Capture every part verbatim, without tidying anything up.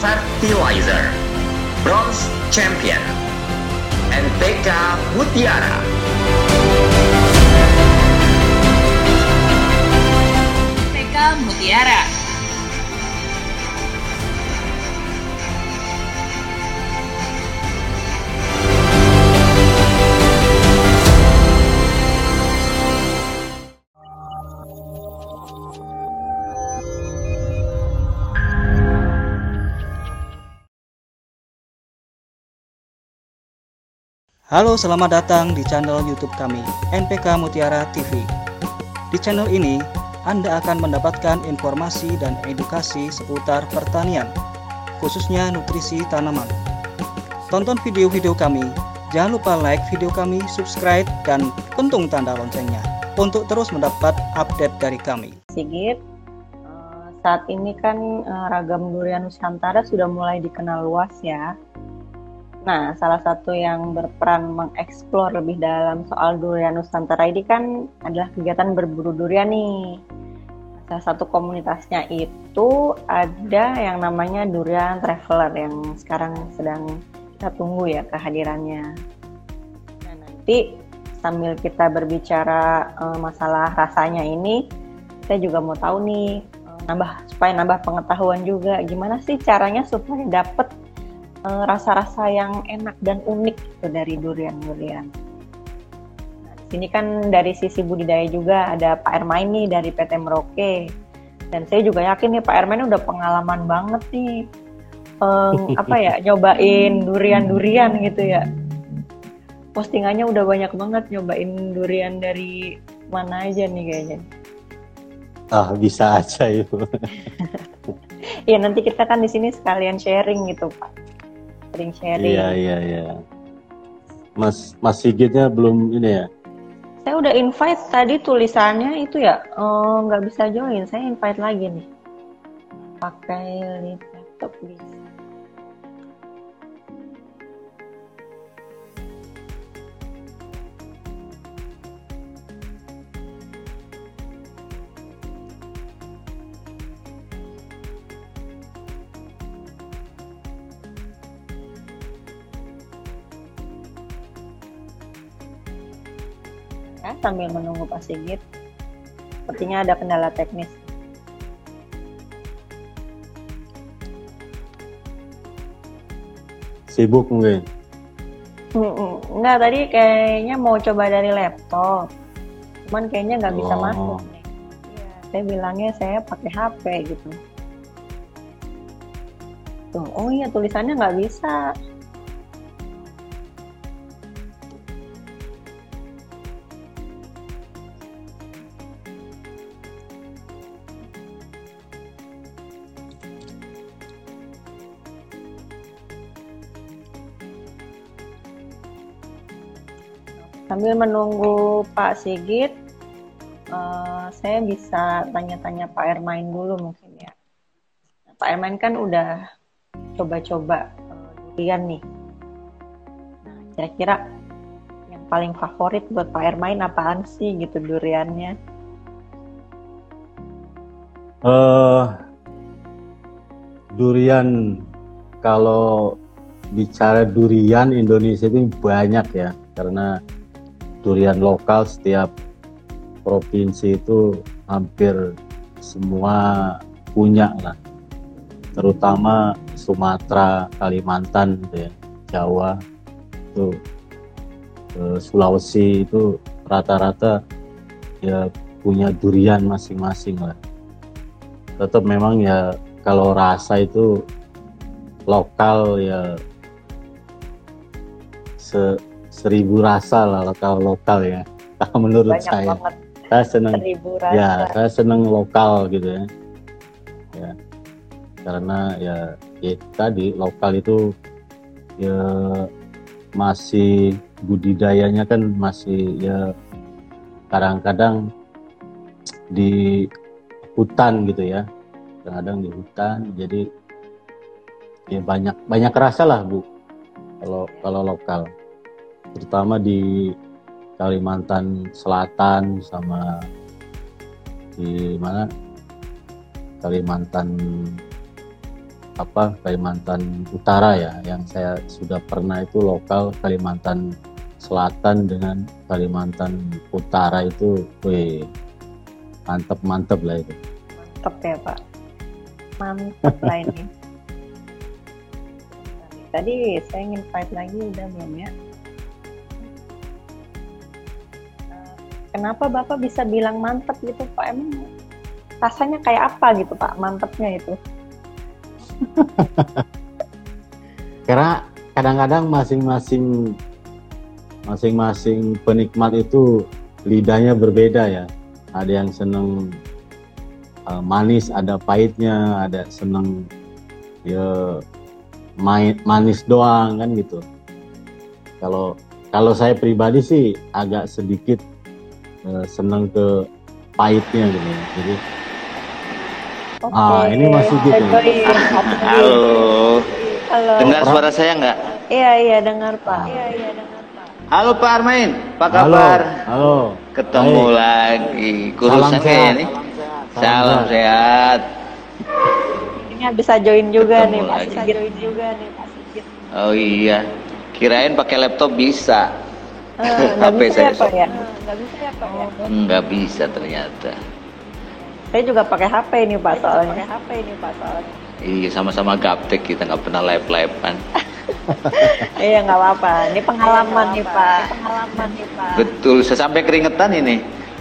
Fertilizer, Bronze Champion, N P K Mutiara. N P K Mutiara. Halo, selamat datang di channel YouTube kami, N P K Mutiara T V. Di channel ini, Anda akan mendapatkan informasi dan edukasi seputar pertanian, khususnya nutrisi tanaman. Tonton video-video kami, jangan lupa like video kami, subscribe, dan pentung tanda loncengnya untuk terus mendapat update dari kami. Sigit, saat ini kan ragam durian Nusantara sudah mulai dikenal luas ya. Nah, salah satu yang berperan mengeksplor lebih dalam soal durian Nusantara ini kan adalah kegiatan berburu durian nih. Salah satu komunitasnya itu ada yang namanya Durian Traveler yang sekarang sedang kita tunggu ya kehadirannya. Nah, nanti sambil kita berbicara e, masalah rasanya ini, saya juga mau tahu nih, e, nambah supaya nambah pengetahuan juga gimana sih caranya supaya dapet rasa-rasa yang enak dan unik gitu dari durian-durian. Nah, di sini kan dari sisi budidaya juga ada Pak Ermain nih dari P T Merauke. Dan saya juga yakin nih Pak Ermain udah pengalaman banget nih um, apa ya nyobain durian-durian gitu ya. Postingannya udah banyak banget nyobain durian dari mana aja nih kayaknya. Ah, bisa aja itu. Iya, nanti kita kan di sini sekalian sharing gitu, Pak. Sharing. Iya iya iya. Mas Mas Sigitnya belum ini ya? Saya udah invite tadi tulisannya itu ya nggak oh, bisa join. Saya invite lagi nih. Pakai laptop bisa. Sambil menunggu Pak Sigit, sepertinya ada kendala teknis. Sibuk mungkin? Enggak, tadi kayaknya mau coba dari laptop, cuman kayaknya nggak bisa oh. masuk nih. Ya, saya bilangnya saya pakai H P gitu. Tuh, oh iya tulisannya nggak bisa. Sambil menunggu Pak Sigit, uh, saya bisa tanya-tanya Pak Ermain dulu mungkin ya. Pak Ermain kan udah coba-coba uh, durian nih. Nah, kira-kira yang paling favorit buat Pak Ermain apaan sih gitu duriannya? Uh, durian, kalau bicara durian Indonesia itu banyak ya, karena durian lokal setiap provinsi itu hampir semua punya lah, terutama Sumatera, Kalimantan gitu ya, Jawa itu, eh, Sulawesi itu rata-rata ya punya durian masing-masing lah. Tetap memang ya kalau rasa itu lokal ya se seribu rasa lah kalau lokal ya. Kalau menurut banyak saya, banget. saya senang ya, saya senang lokal gitu ya. Ya, karena ya, ya tadi lokal itu ya masih budidayanya kan masih ya kadang-kadang di hutan gitu ya, kadang-kadang di hutan, jadi ya banyak banyak rasa lah Bu kalau kalau lokal. Terutama di Kalimantan Selatan sama di mana Kalimantan apa Kalimantan Utara ya, yang saya sudah pernah itu lokal Kalimantan Selatan dengan Kalimantan Utara itu, wih, mantep-mantep lah itu. Mantep ya Pak, mantep lah ini. Tadi saya ingin fight lagi, udah belum ya? Kenapa Bapak bisa bilang mantep gitu Pak? Emang rasanya kayak apa gitu Pak, mantepnya itu? Karena kadang-kadang masing-masing masing-masing penikmat itu lidahnya berbeda ya. Ada yang seneng uh, manis, ada pahitnya, ada seneng ya main, manis doang kan gitu. Kalau kalau saya pribadi sih agak sedikit uh, seneng ke pahitnya gitu. Jadi Oke. ah ini masih gitu. Halo. Halo. Dengar suara saya nggak? Iya iya dengar Pak. Iya iya dengar Pak. Halo Pak Armain, apa Halo, kabar? halo. Ketemu Baik. lagi. Kurusan Salam kayak sehat. ini. Salam Salam sehat. Ini bisa join juga Ketemu nih Pak lagi. Sigit. Join juga nih Pak Sigit. Oh iya. Kirain pakai laptop bisa. Eh, nggak H P bisa ya saya. Pak ya? Nggak bisa ya Pak ya? Nggak bisa ternyata. Saya juga pakai H P ini Pak soalnya. Pakai H P ini Pak soalnya. Iya, sama-sama gaptek, kita nggak pernah live-livean. Iya nggak apa-apa. Ini pengalaman nih Pak. Pengalaman nih Pak. Betul, saya sampai keringetan ini.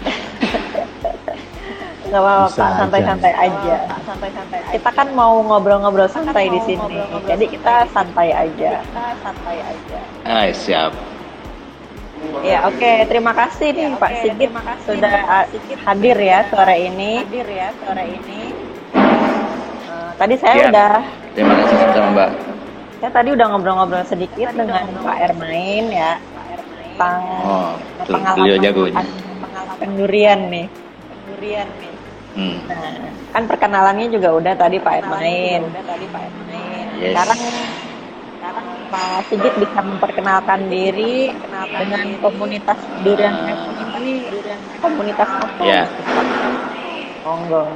Nggak apa-apa Bisa Pak. aja. Santai-santai aja. Santai-santai. Kita kan mau ngobrol-ngobrol santai di sini. Jadi kita santai aja. Kita santai aja. Ah, siap. Ya oke. Terima kasih nih Pak Sigit sudah uh, hadir ya sore ini. Hadir ya sore ini. Uh, tadi saya Siap. udah Terima kasih sama Mbak. Saya tadi udah ngobrol-ngobrol sedikit dengan Pak Ermain ya tentang Oh, betul. pengalaman Beliau jago ini. pengalaman durian nih. Durian nih. Hmm. Nah, kan perkenalannya juga udah tadi Pak Ermain. Udah tadi Pak Ermain. Yes. Sekarang sekarang Pak Sigit bisa memperkenalkan diri dengan komunitas durian ini. Komunitas apa? Ya. Monggo.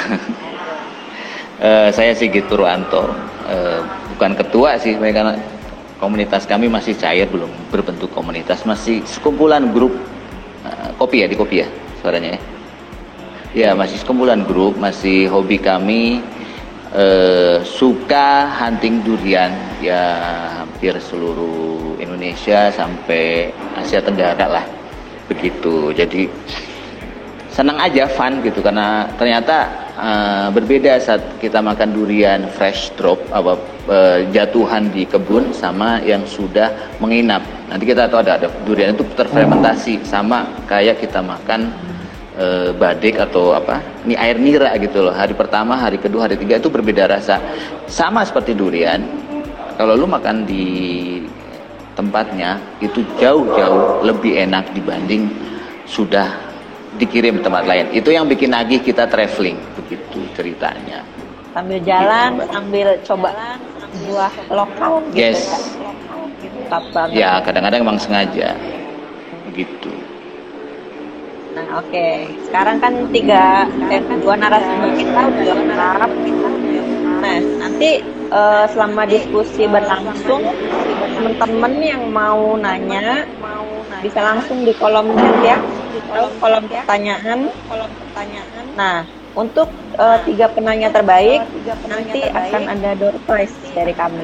Eh, saya Sigit Purwanto, eh, bukan ketua sih, karena komunitas kami masih cair, belum berbentuk komunitas, masih sekumpulan grup. eh, kopi ya, di kopi ya suaranya ya. Ya, masih sekumpulan grup, masih hobi kami eh, suka hunting durian ya, hampir seluruh Indonesia sampai Asia Tenggara lah, begitu. Jadi senang aja, fun gitu, karena ternyata uh, berbeda saat kita makan durian fresh drop, apa uh, jatuhan di kebun, sama yang sudah menginap. Nanti kita tahu ada, ada durian itu terfermentasi, sama kayak kita makan uh, badik atau apa, ini air nira gitu loh. Hari pertama, hari kedua, hari ketiga itu berbeda rasa. Sama seperti durian, kalau lu makan di tempatnya itu jauh-jauh lebih enak dibanding sudah dikirim tempat lain. Itu yang bikin nagih kita traveling, begitu ceritanya. Sambil jalan, sambil coba buah lokal gitu. Yes. Mantap banget. Ya, kadang-kadang emang sengaja begitu. Nah, oke. Okay. Sekarang kan tiga, eh, dua narasumber kita udah lengkap. Nah, nanti uh, selama diskusi berlangsung, teman-teman yang mau nanya bisa langsung di kolom chat ya, atau kolom pertanyaan, kolom pertanyaan. Nah, untuk uh, tiga penanya terbaik nanti akan ada door prize dari kami.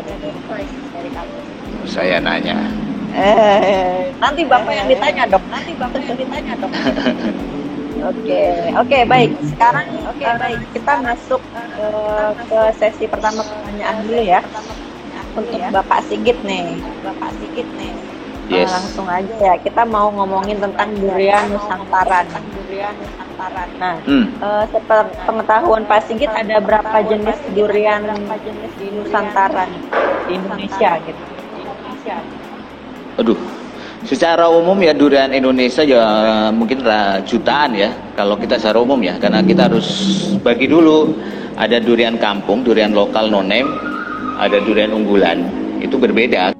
Saya nanya. Eh, nanti Bapak yang ditanya dong. Nanti Bapak yang ditanya dong. Oke, oke baik. Sekarang oke baik. Kita masuk uh, ke sesi pertama pertanyaan dulu ya. Untuk Bapak Sigit nih. Bapak Sigit nih. Yes. Nah, langsung aja ya. Kita mau ngomongin tentang durian Nusantara. Durian Nusantara. Nah, Hmm. uh, seperti pengetahuan Pak Sigit ada berapa jenis durian di Nusantara nih, di Indonesia gitu? Di Indonesia. Aduh, secara umum ya durian Indonesia ya mungkin ra- jutaan ya, kalau kita secara umum ya, karena kita harus bagi dulu. Ada durian kampung, durian lokal no name, ada durian unggulan, itu berbeda.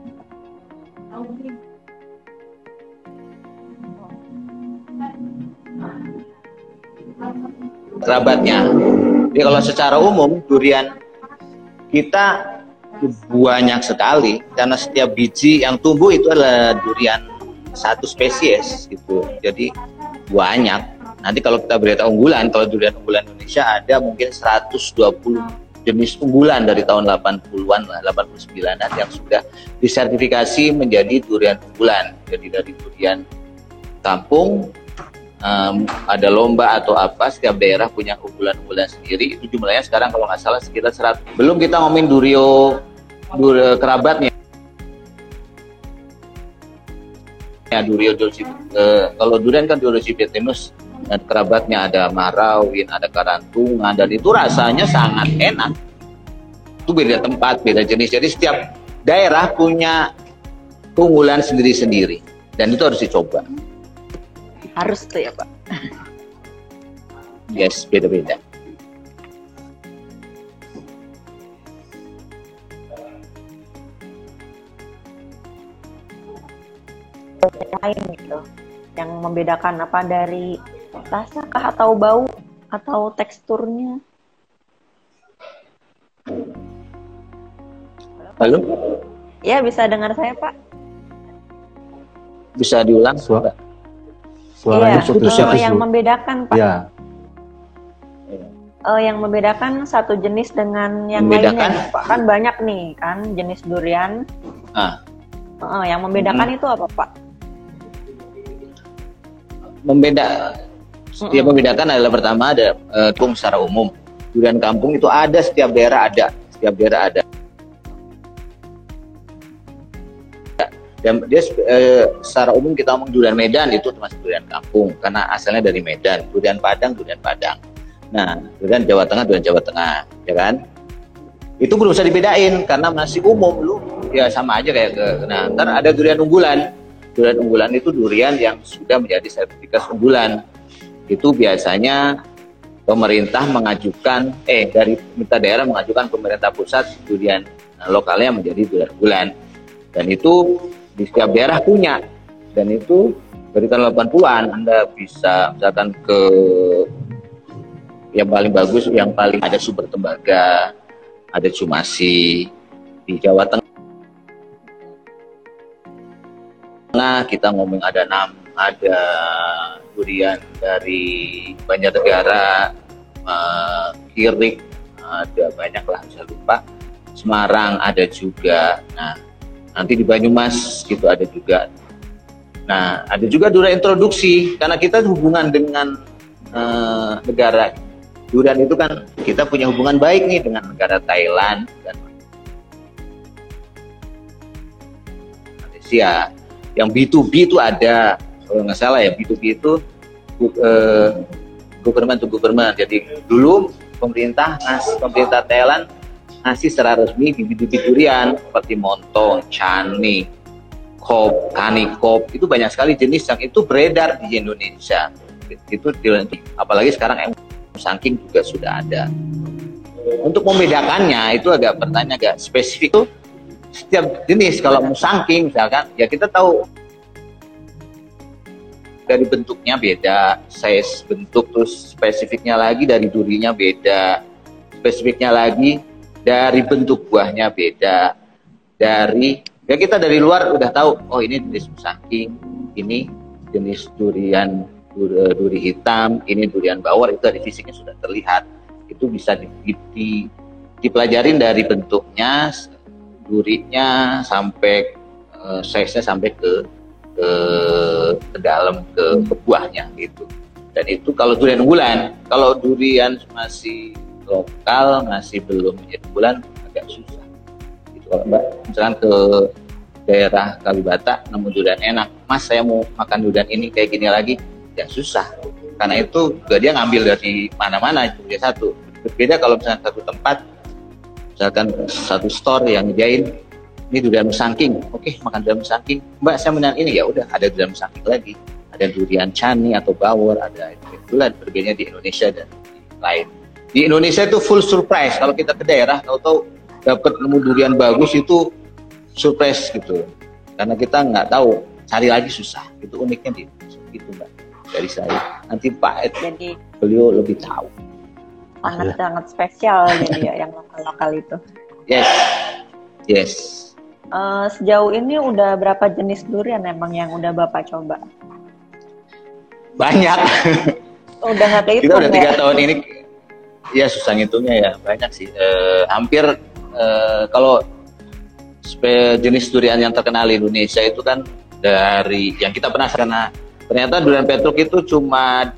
Kerabatnya. Jadi kalau secara umum durian kita banyak sekali karena setiap biji yang tumbuh itu adalah durian satu spesies gitu. Jadi banyak. Nanti kalau kita berita unggulan, kalau durian unggulan Indonesia ada mungkin seratus dua puluh jenis unggulan dari tahun delapan puluhan lah, delapan puluh sembilanan yang sudah disertifikasi menjadi durian unggulan. Jadi dari durian kampung, um, ada lomba atau apa, setiap daerah punya unggulan-unggulan sendiri. Itu jumlahnya sekarang kalau nggak salah sekitar seratus. Belum kita ngomongin durio dur, kerabatnya. Ya, durio Dulci, uh, kalau durian kan Dulcipitinus, dan kerabatnya ada marawin, ada karantungan, dan itu rasanya sangat enak. Itu beda tempat, beda jenis. Jadi setiap daerah punya keunggulan sendiri-sendiri, dan itu harus dicoba. Harus tuh ya Pak. Yes, beda-beda. Lain gitu, yang membedakan apa dari rasa kah atau bau atau teksturnya? Halo? Ya, bisa dengar saya Pak? Bisa diulang? Suara suaranya Iya, putus eh, putus. yang membedakan Pak. Ya, Eh, yang membedakan satu jenis dengan yang Membedakan? lainnya, Pak. Kan banyak nih kan jenis durian. Ah, Eh, yang membedakan Hmm. itu apa Pak? membeda. Yang membedakan adalah pertama ada eh, kampung secara umum. Durian kampung itu ada setiap daerah ada, setiap daerah ada. Dan dia eh, secara umum kita ngomong durian Medan itu termasuk durian kampung karena asalnya dari Medan. Durian Padang, durian Padang. Nah, durian Jawa Tengah, durian Jawa Tengah, ya kan? Itu belum bisa dibedain karena masih umum lu. Ya sama aja kayak ke. Nah, ntar ada durian unggulan. Durian unggulan itu durian yang sudah menjadi sertifikat unggulan. Itu biasanya pemerintah mengajukan, eh dari pemerintah daerah mengajukan pemerintah pusat durian lokalnya menjadi durian unggulan. Dan itu di setiap daerah punya. Dan itu dari tahun delapan puluhan Anda bisa misalkan ke yang paling bagus, yang paling ada Sumber Tembaga, ada Cumasi di Jawa Tengah. Nah, kita ngomong ada enam, ada durian dari Banjarnegara, uh, Kirik, ada banyak lah, saya lupa. Semarang ada juga. Nah, nanti di Banyumas gitu ada juga. Nah, ada juga durian introduksi karena kita hubungan dengan uh, negara durian itu kan kita punya hubungan baik nih dengan negara Thailand dan Malaysia. Yang B to B itu ada, kalau nggak salah ya B to B itu uh, government to government. Jadi dulu pemerintah ngasih pemerintah Thailand ngasih secara resmi bibit-bibit durian seperti montong, cani, kop, kanikop, itu banyak sekali jenis yang itu beredar di Indonesia. Itu apalagi sekarang M Musangking juga sudah ada. Untuk membedakannya itu agak pertanyaan agak spesifik tuh. Setiap jenis, kalau Musangking misalkan, ya kita tahu dari bentuknya beda, size bentuk, terus spesifiknya lagi dari durinya beda, spesifiknya lagi dari bentuk buahnya beda, dari ya kita dari luar udah tahu, oh ini jenis Musangking, ini jenis durian duri, duri hitam, ini durian bawor, itu dari fisiknya sudah terlihat, itu bisa di, di, dipelajarin dari bentuknya, durinya sampai uh, size-nya sampai ke ke ke dalam ke, ke buahnya gitu. Dan itu kalau durian unggulan. Kalau durian masih lokal, masih belum menjadi unggulan, agak susah. Gitu. Kalau Mbak misalkan ke daerah Kalibata nemu durian enak, Mas saya mau makan durian ini kayak gini lagi, ya susah. Karena itu juga dia ngambil dari mana-mana itu dia satu. Berbeda kalau misalkan satu tempat, misalkan satu store yang nyediain ini durian Musangking, oke makan durian Musangking, Mbak saya menang ini, ya udah ada durian Musangking lagi, ada durian cani atau bawor, ada itulah berbedanya di Indonesia dan di lain. Di Indonesia itu full surprise kalau kita ke daerah, tahu-tahu dapat nemu durian bagus itu surprise gitu, karena kita nggak tahu, cari lagi susah, itu uniknya di itu Mbak dari saya. Nanti Pak Ed, jadi beliau lebih tahu. Sangat-sangat spesial jadi ya yang lokal-lokal itu. Yes, yes. Uh, sejauh ini udah berapa jenis durian emang yang udah Bapak coba? Banyak. Udah nggak kehitung Kita udah tiga ya? tahun ini, ya susah ngitungnya ya, banyak sih. Uh, hampir uh, kalau spe- jenis durian yang terkenal di Indonesia itu kan dari yang kita pernah, karena ternyata durian Petruk itu cuma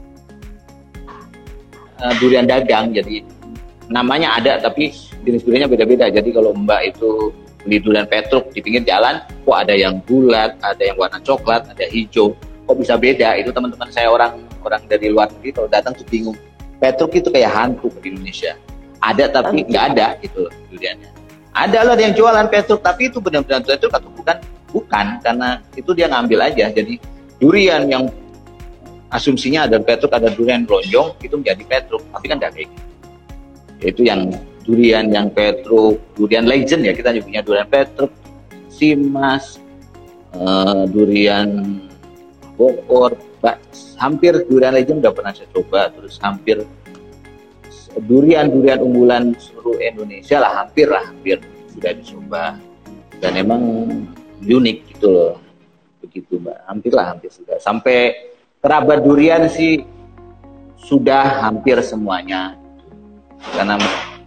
uh, durian dagang, jadi namanya ada tapi jenis duriannya beda-beda. Jadi kalau Mbak itu beli durian Petruk di pinggir jalan, kok ada yang bulat, ada yang warna coklat, ada hijau, kok bisa beda? Itu teman-teman saya orang orang dari luar negeri kalau datang tuh bingung. Petruk itu kayak hantu di Indonesia. Ada tapi nggak ada gitu loh duriannya. Ada lah yang jualan Petruk, tapi itu benar-benar Petruk atau bukan? Bukan, karena itu dia ngambil aja. Jadi durian yang asumsinya ada Petruk, ada durian lonjong, itu menjadi Petruk, tapi kan nggak kayak gitu. Itu yang durian yang Petruk, durian legend ya, kita punya durian Petruk, Simas, uh, durian Bogor, hampir durian legend udah pernah saya coba, terus hampir durian-durian unggulan seluruh Indonesia lah, hampir lah, hampir sudah dicoba, dan emang unik gitu loh, begitu Mbak, hampir lah, hampir sudah, sampai kerabat durian sih sudah hampir semuanya, karena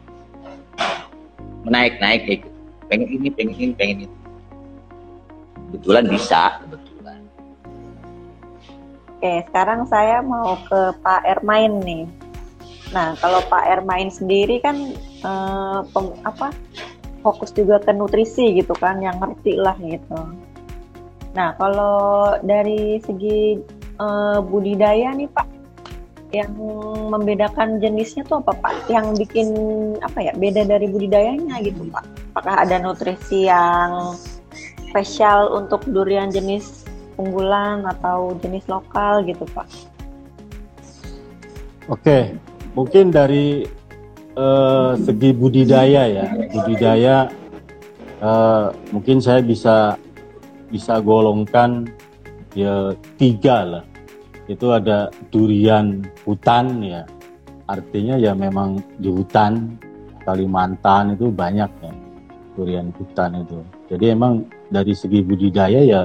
menaik-naik kayak gitu, pengen ini, pengen ini, pengen itu, kebetulan bisa, kebetulan. Oke, sekarang saya mau ke Pak Ermain nih. Nah, kalau Pak Ermain sendiri kan eh, pem, apa fokus juga ke nutrisi gitu kan, yang ngerti lah gitu. Nah, kalau dari segi eh, budidaya nih Pak, yang membedakan jenisnya tuh apa Pak? Yang bikin apa ya beda dari budidayanya gitu Pak? Apakah ada nutrisi yang spesial untuk durian jenis unggulan atau jenis lokal gitu Pak? Oke, mungkin dari uh, segi budidaya ya, budidaya uh, mungkin saya bisa bisa golongkan ya tiga lah. Itu ada durian hutan ya, artinya ya memang di hutan Kalimantan itu banyak ya durian hutan itu. Jadi emang dari segi budidaya ya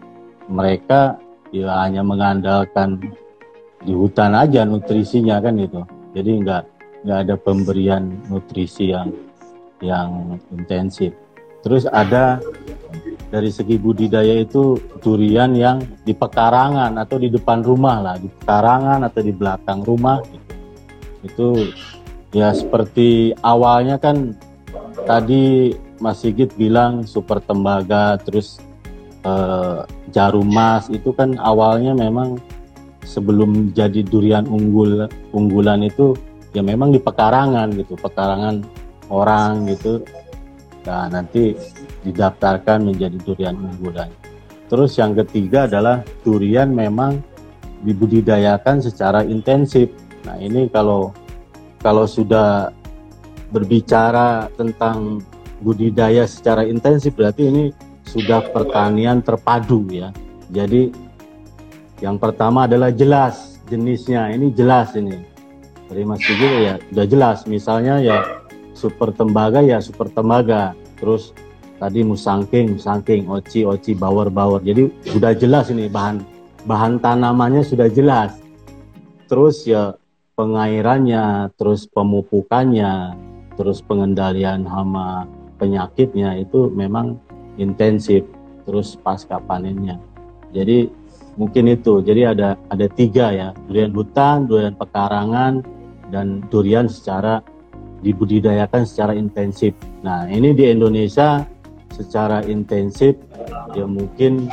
mereka ya hanya mengandalkan di hutan aja nutrisinya kan gitu. Jadi nggak nggak ada pemberian nutrisi yang yang intensif. Terus ada dari segi budidaya itu durian yang di pekarangan atau di depan rumah lah, di pekarangan atau di belakang rumah gitu. Itu ya seperti awalnya kan tadi Mas Sigit bilang super tembaga, terus eh, jarum mas itu kan awalnya memang sebelum jadi durian unggul unggulan itu ya memang di pekarangan gitu, pekarangan orang gitu. Nah, nanti didaftarkan menjadi durian unggulan. Terus yang ketiga adalah durian memang dibudidayakan secara intensif. Nah, ini kalau kalau sudah berbicara tentang budidaya secara intensif berarti ini sudah pertanian terpadu ya. Jadi yang pertama adalah jelas jenisnya, ini jelas ini. Dari Mas Sigit ya sudah jelas, misalnya ya super tembaga ya super tembaga, terus tadi musangking, musangking, oci, oci, bawor, bawor. Jadi sudah jelas ini bahan bahan tanamannya sudah jelas. Terus ya pengairannya, terus pemupukannya, terus pengendalian hama penyakitnya itu memang intensif. Terus pasca panennya. Jadi mungkin itu. Jadi ada ada tiga ya, durian hutan, durian pekarangan, dan durian secara dibudidayakan secara intensif. Nah, ini di Indonesia secara intensif ya mungkin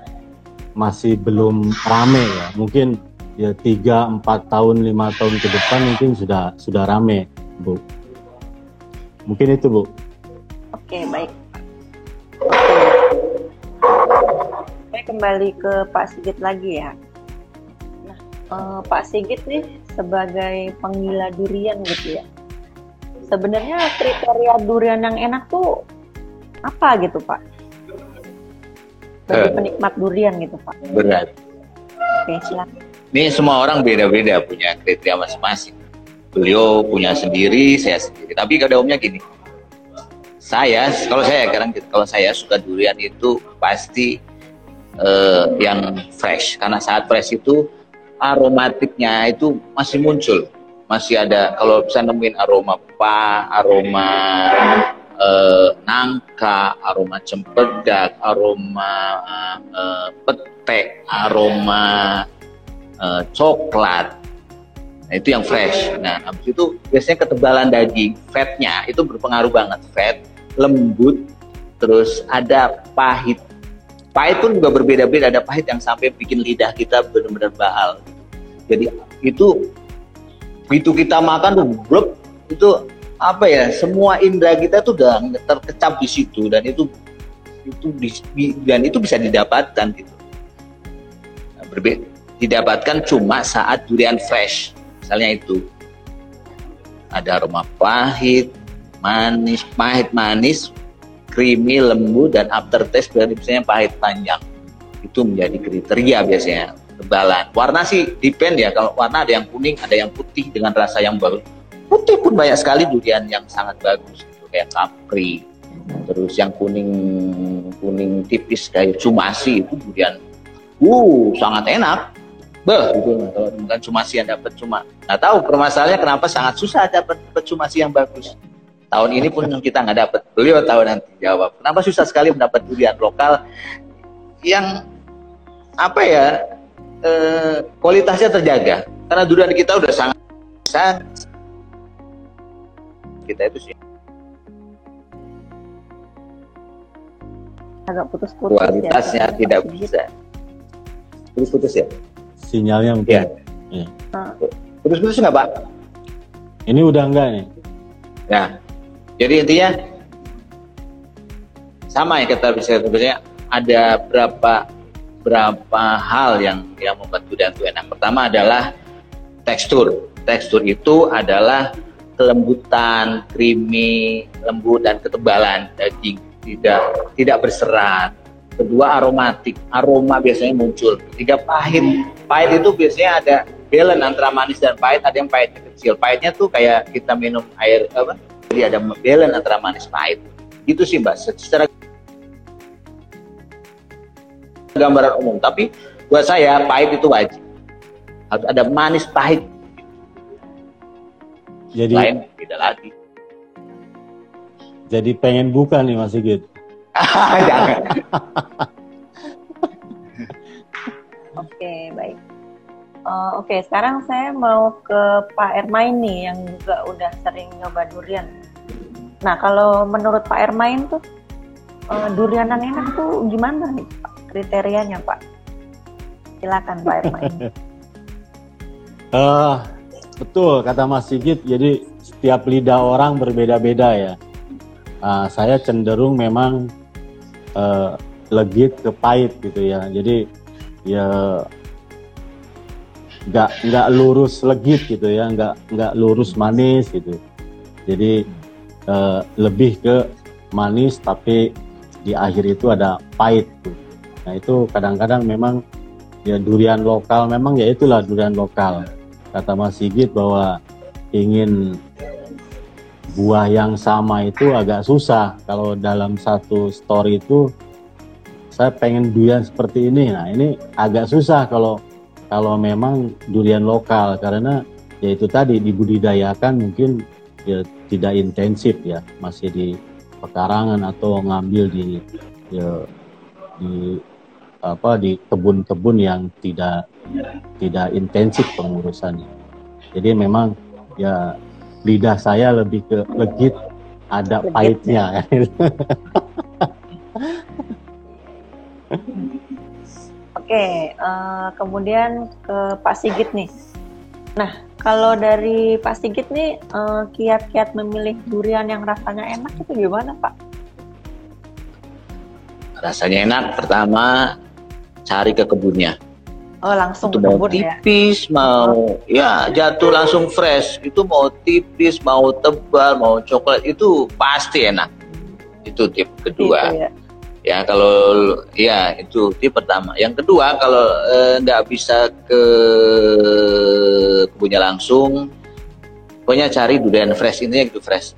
masih belum rame ya. Mungkin ya tiga, empat tahun, lima tahun ke depan mungkin sudah sudah rame, Bu. Mungkin itu, Bu. Oke, baik. Oke. Saya kembali ke Pak Sigit lagi ya. Nah, eh, Pak Sigit nih sebagai penggila durian gitu ya. Sebenarnya kriteria durian yang enak tuh apa gitu Pak? Bagi Eh, penikmat durian gitu Pak. berat. Oke, silakan. Ini semua orang beda-beda punya kriteria masing-masing. Beliau punya sendiri, saya sendiri. Tapi pada umumnya gini, saya kalau saya kadang kalau saya suka durian itu pasti uh, yang fresh, karena saat fresh itu aromatiknya itu masih muncul, masih ada. Kalau bisa nemuin aroma pah, aroma uh, nangka, aroma cempedak, aroma uh, pete, aroma uh, coklat. Nah, itu yang fresh. Nah, habis itu biasanya ketebalan daging, fatnya itu berpengaruh banget. Fat, lembut, terus ada pahit. Pahit pun juga berbeda-beda. Ada pahit yang sampai bikin lidah kita benar-benar bahal. Jadi itu begitu kita makan tuh, blub, itu apa ya? Semua indera kita tuh udah terkecap di situ, dan itu itu dan itu bisa didapatkan gitu. Nah, berbeda, didapatkan cuma saat durian fresh. Misalnya itu ada aroma pahit, manis, pahit manis, creamy, lembut, dan aftertaste dari misalnya pahit panjang. Itu menjadi kriteria biasanya. Tebalan. Warna sih depend ya. Kalau warna ada yang kuning, ada yang putih dengan rasa yang bagus. Putih pun banyak sekali durian yang sangat bagus, gitu. Kayak kapri. Terus yang kuning kuning tipis kayak cumasi itu durian, uh sangat enak. Beh, gitu. Kalau bukan cumasi yang dapat cuma, nggak tahu permasalahannya kenapa sangat susah dapat cumasi yang bagus. Tahun ini pun kita nggak dapat. Beliau tahu nanti jawab. Kenapa susah sekali mendapat durian lokal yang apa ya eh, kualitasnya terjaga? Karena durian kita udah sangat besar. Kita itu sih agak putus-putus. Kualitasnya ya, tidak bisa. Putus-putus ya. Sinyalnya mungkin. Ya. Ya. Putus-putus nggak, Pak? Ini udah enggak nih. Nah, jadi intinya sama ya, kita bisa sebenarnya ada berapa berapa hal yang yang membuat durian itu enak. Pertama adalah tekstur. Tekstur itu adalah kelembutan, creamy, lembut, dan ketebalan daging, tidak tidak berserat. Kedua, aromatik, aroma biasanya muncul. Ketiga, pahit. Pahit itu biasanya ada balance antara manis dan pahit. Ada yang pahitnya kecil. Pahitnya tuh kayak kita minum air apa? Jadi ada balance antara manis pahit. Gitu sih, Mbak. Secara gambaran umum. Tapi buat saya pahit itu wajib. Harus ada manis pahit. Jadi lain beda lagi. Jadi pengen buka nih Mas Sigit. Jangan. Oke, baik. Uh, Oke, sekarang saya mau ke Pak Ermain nih yang juga udah sering nyoba durian. Nah, kalau menurut Pak Ermain tuh uh, durianan enak tuh gimana nih Pak? Kriterianya Pak? Silakan Pak Ermain. uh, betul kata Mas Sigit. Jadi setiap lidah orang berbeda-beda ya. Uh, saya cenderung memang uh, legit ke pahit gitu ya. Jadi ya nggak nggak lurus legit gitu ya, nggak nggak lurus manis gitu. Jadi uh, lebih ke manis tapi di akhir itu ada pahit. Gitu. Nah itu kadang-kadang memang ya durian lokal memang ya itulah durian lokal. Kata Mas Sigit bahwa ingin buah yang sama itu agak susah. Kalau dalam satu story itu saya pengen durian seperti ini. Nah ini agak susah kalau kalau memang durian lokal, karena ya itu tadi dibudidayakan mungkin ya tidak intensif ya, masih di pekarangan atau ngambil di ya, di apa di kebun-kebun yang tidak tidak intensif pengurusannya. Jadi memang ya lidah saya lebih ke legit, ada legit, pahitnya. Ya. Oke, uh, kemudian ke Pak Sigit nih. Nah, kalau dari Pak Sigit nih, uh, kiat-kiat memilih durian yang rasanya enak itu gimana Pak? Rasanya enak, pertama cari ke kebunnya. Oh, langsung itu ke mau kebun tipis, ya? mau ya jatuh langsung fresh. Itu mau tipis, mau tebal, mau coklat, itu pasti enak. Itu tip kedua. Gitu, ya. Ya kalau ya itu tip pertama. Yang kedua kalau nggak eh, bisa ke kebunnya langsung, pokoknya cari durian fresh, intinya gitu fresh.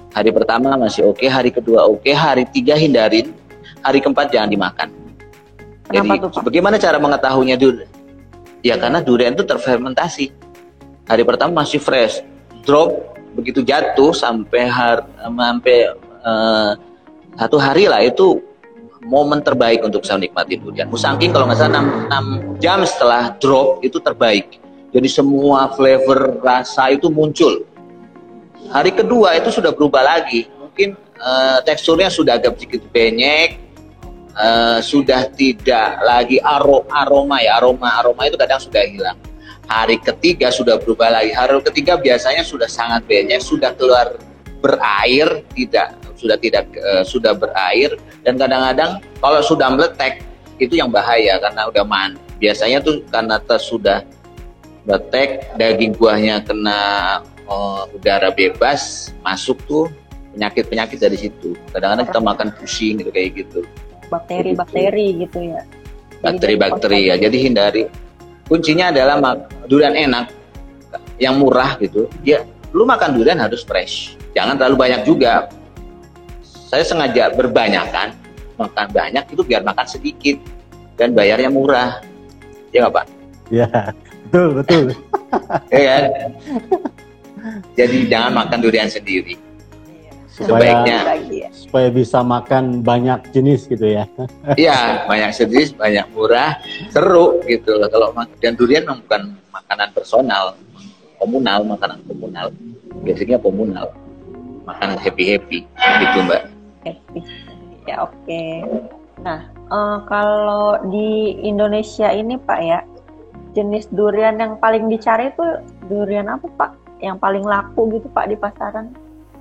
Hari pertama masih oke, hari kedua oke, hari tiga hindarin, hari keempat jangan dimakan. Kenapa Jadi tuh, Pak? bagaimana cara mengetahuinya durian? Ya karena durian itu terfermentasi. Hari pertama masih fresh, drop begitu jatuh sampai har, sampai uh, satu hari lah, itu momen terbaik untuk saya nikmati durian. Musangking kalau nggak salah enam jam setelah drop itu terbaik. Jadi semua flavor rasa itu muncul. Hari kedua itu sudah berubah lagi. Mungkin uh, teksturnya sudah agak sedikit penyek, uh, sudah tidak lagi aro aroma ya aroma aroma itu kadang sudah hilang. Hari ketiga sudah berubah lagi. Hari ketiga biasanya sudah sangat penyek, sudah keluar berair, tidak sudah tidak uh, sudah berair, dan kadang-kadang kalau sudah meletek itu yang bahaya karena udah man. Biasanya tuh karena tes sudah meletek, daging buahnya kena uh, udara bebas masuk tuh penyakit-penyakit dari situ. Kadang-kadang kita makan pusing gitu kayak gitu. Bakteri-bakteri gitu ya. Bakteri-bakteri ya. Jadi hindari. Kuncinya adalah mak- durian enak yang murah gitu. Ya, lu makan durian harus fresh. Jangan terlalu banyak juga. Saya sengaja berbanyakan, makan banyak itu biar makan sedikit dan bayarnya murah. Ya nggak Pak? Ya, betul betul. Ya kan? Jadi jangan makan durian sendiri. Supaya, Sebaiknya supaya bisa makan banyak jenis gitu ya. Iya, banyak jenis, banyak murah, seru gitu loh. Kalau mak- dan durian bukan makanan personal, komunal, makanan komunal. Biasanya komunal, makanan happy-happy gitu Mbak. happy. Ya oke. Nah, eh, kalau di Indonesia ini Pak ya, jenis durian yang paling dicari itu durian apa Pak? Yang paling laku gitu Pak di pasaran?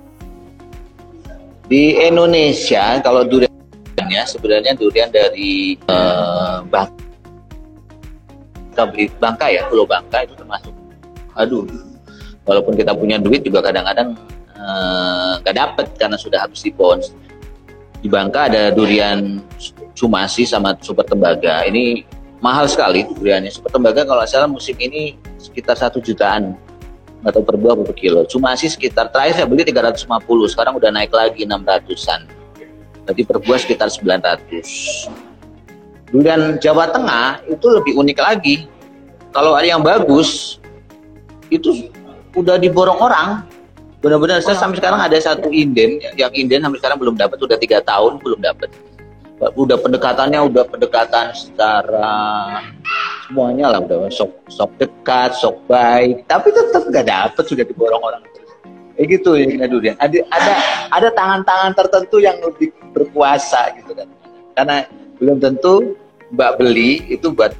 Di Indonesia kalau duriannya sebenarnya durian dari uh, Bangka, Bangka ya, Pulau Bangka itu termasuk. Aduh, walaupun kita punya duit juga kadang-kadang uh, gak dapet karena sudah habis di pohon. Di Bangka ada durian Cumasi sama Super Tembaga. Ini mahal sekali duriannya. Super Tembaga kalau salah musim ini sekitar satu jutaan atau per buah per kilo. Cumasi sekitar, terakhir saya beli tiga ratus lima puluh, sekarang udah naik lagi enam ratusan. Berarti per buah sekitar sembilan ratus. Durian Jawa Tengah itu lebih unik lagi. Kalau ada yang bagus itu udah diborong orang. Benar-benar saya sampai sekarang ada satu inden, yang inden sampai sekarang belum dapat, udah tiga tahun belum dapat. Udah pendekatannya udah pendekatan secara semuanya lah, udah sok sok dekat, sok baik, tapi tetap nggak dapat, sudah diborong orang terus. Kayak gitu ya durian. Ada ada ada tangan-tangan tertentu yang lebih berkuasa gitu kan. Karena belum tentu Mbak beli itu buat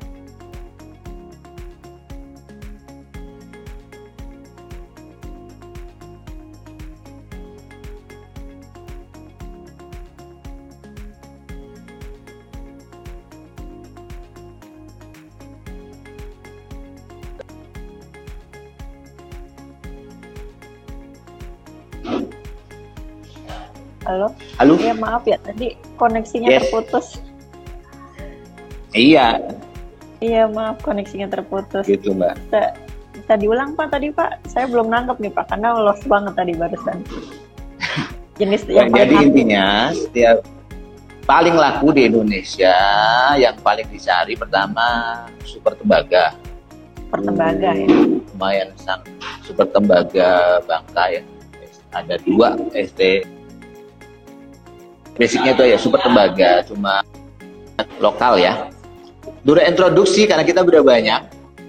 Halo? Halo? Iya maaf ya, tadi koneksinya Yes. terputus. Iya, Iya maaf, koneksinya terputus. gitu Mbak. Bisa, bisa diulang Pak tadi Pak? Saya belum nangkep nih Pak, karena lost banget tadi barusan. Jenis Ya, yang jadi paling laku. intinya setiap paling laku di Indonesia yang paling dicari pertama Super Tembaga. Super Tembaga ya. Lumayan sang Super Tembaga Bangka ya. Ada dua S T. Basicnya itu ya Super Tembaga, cuma lokal ya. Durian introduksi karena kita udah banyak.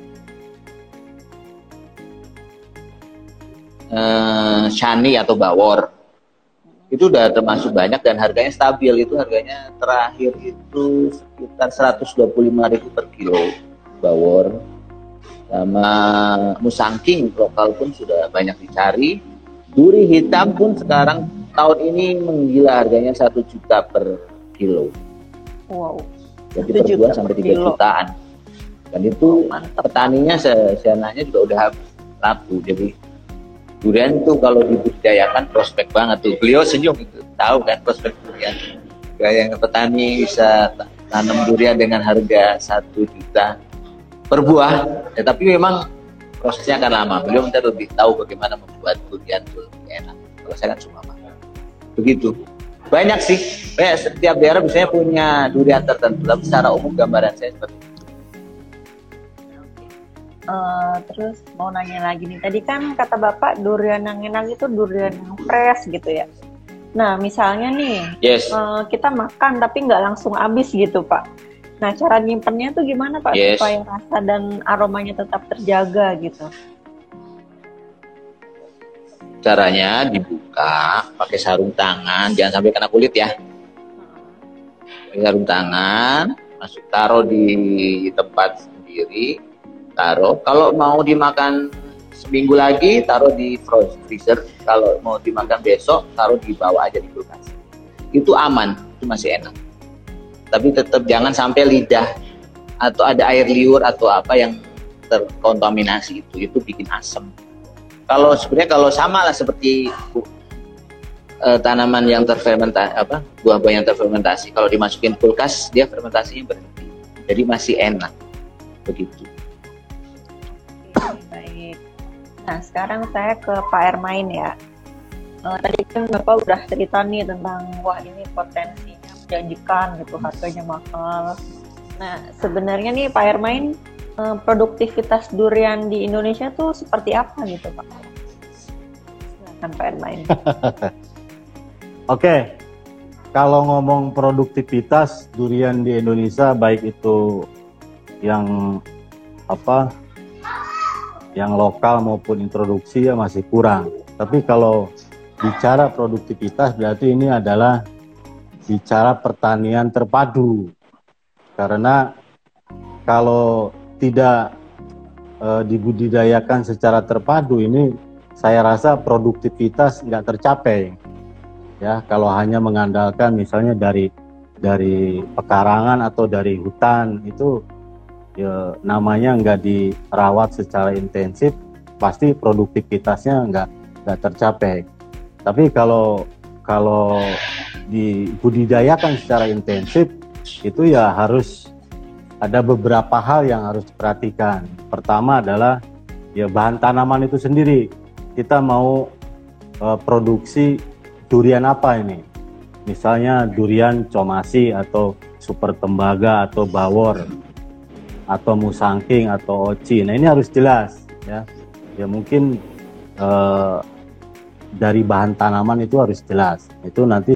Eh, Shani atau Bawor itu udah termasuk banyak dan harganya stabil. Itu harganya terakhir itu sekitar seratus dua puluh lima ribu per kilo Bawor. Sama Musangking lokal pun sudah banyak dicari. Duri hitam pun sekarang tahun ini menggila, harganya satu juta per kilo. Wow. Jadi satu per juta buah sampai per tiga kilo. jutaan. Dan itu Mantap. petaninya senanya juga udah habis laku. Jadi durian itu kalau dibudidayakan prospek banget tuh. Beliau senyum itu, tahu kan prospek durian. Kayak yang petani bisa tanam durian dengan harga satu juta per buah. Ya, tapi memang prosesnya akan lama. Beliau minta lebih tahu bagaimana membuat durian itu lebih enak. Kalau saya kan Sumama. Begitu. Banyak sih. Banyak, setiap daerah biasanya punya durian tertentu. Tapi secara umum gambaran saya seperti itu. Uh, terus mau nanya lagi nih, tadi kan kata Bapak durian yang enak itu durian yang fresh gitu ya. Nah misalnya nih, yes. uh, kita makan tapi nggak langsung habis gitu Pak. Nah cara nyimpennya tuh gimana Pak yes. supaya rasa dan aromanya tetap terjaga gitu? Caranya dibuka pakai sarung tangan, jangan sampai kena kulit ya. Pakai sarung tangan, masuk taruh di tempat sendiri. Taruh, kalau mau dimakan seminggu lagi, taruh di freezer. Kalau mau dimakan besok, taruh di bawah aja di kulkas. Itu aman, itu masih enak. Tapi tetap jangan sampai lidah atau ada air liur atau apa yang terkontaminasi itu, itu bikin asam. Kalau sebenarnya kalau sama lah seperti uh, tanaman yang terfermentasi, apa buah-buah yang terfermentasi. Kalau dimasukin kulkas, dia fermentasinya berhenti, jadi masih enak, begitu. Baik. Nah sekarang saya ke Pak Ermain ya. Uh, tadi kan Bapak udah cerita nih tentang wah ini potensinya menjanjikan gitu, harganya mahal. Nah sebenarnya nih Pak Ermain, uh, produktivitas durian di Indonesia tuh seperti apa gitu Pak? Silakan Pak Ermain. Oke, kalau ngomong produktivitas durian di Indonesia baik itu yang apa? yang lokal maupun introduksi ya masih kurang. Tapi kalau bicara produktivitas berarti ini adalah bicara pertanian terpadu. Karena kalau tidak e, dibudidayakan secara terpadu ini saya rasa produktivitas nggak tercapai. Ya, kalau hanya mengandalkan misalnya dari dari pekarangan atau dari hutan itu ya, namanya nggak dirawat secara intensif, pasti produktivitasnya nggak nggak tercapai. Tapi kalau kalau dibudidayakan secara intensif, itu ya harus ada beberapa hal yang harus diperhatikan. Pertama adalah ya bahan tanaman itu sendiri. Kita mau uh, produksi durian apa ini? Misalnya durian comasi atau super tembaga atau bawor, atau musangking atau oci. Nah ini harus jelas ya. Ya mungkin eh, dari bahan tanaman itu harus jelas. Itu nanti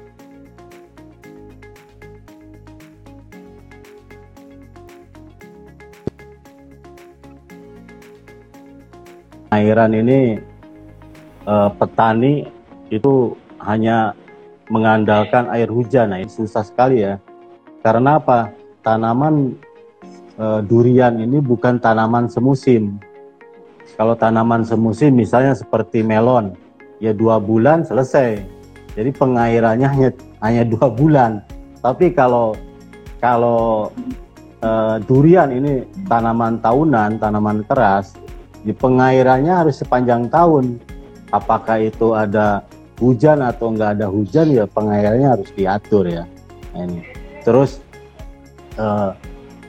airan ini eh, petani itu hanya mengandalkan air hujan. Nah ini susah sekali ya. Karena apa? Tanaman Uh, durian ini bukan tanaman semusim. Kalau tanaman semusim misalnya seperti melon, ya dua bulan selesai. Jadi pengairannya hanya hanya dua bulan. Tapi kalau kalau uh, durian ini tanaman tahunan, tanaman keras, di pengairannya harus sepanjang tahun. Apakah itu ada hujan atau enggak ada hujan, ya pengairannya harus diatur ya. Nah, ini. Terus uh,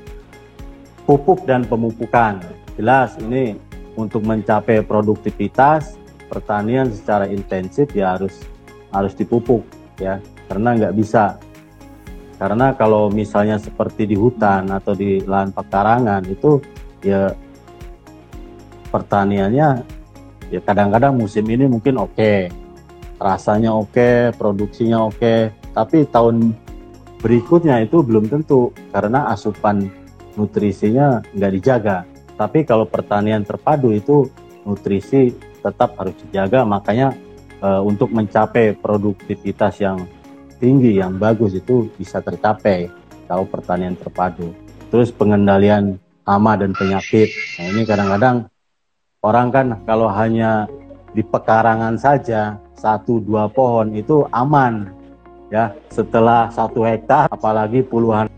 pupuk dan pemupukan, jelas ini untuk mencapai produktivitas pertanian secara intensif ya harus harus dipupuk ya, karena nggak bisa, karena kalau misalnya seperti di hutan atau di lahan pekarangan itu ya pertaniannya ya kadang-kadang musim ini mungkin oke, okay, rasanya oke, okay, produksinya oke, okay, tapi tahun berikutnya itu belum tentu karena asupan nutrisinya nggak dijaga. Tapi kalau pertanian terpadu itu nutrisi tetap harus dijaga, makanya e, untuk mencapai produktivitas yang tinggi, yang bagus itu bisa tercapai kalau pertanian terpadu. Terus pengendalian hama dan penyakit. Nah ini kadang-kadang orang kan kalau hanya di pekarangan saja satu dua pohon itu aman ya, setelah satu hektar apalagi puluhan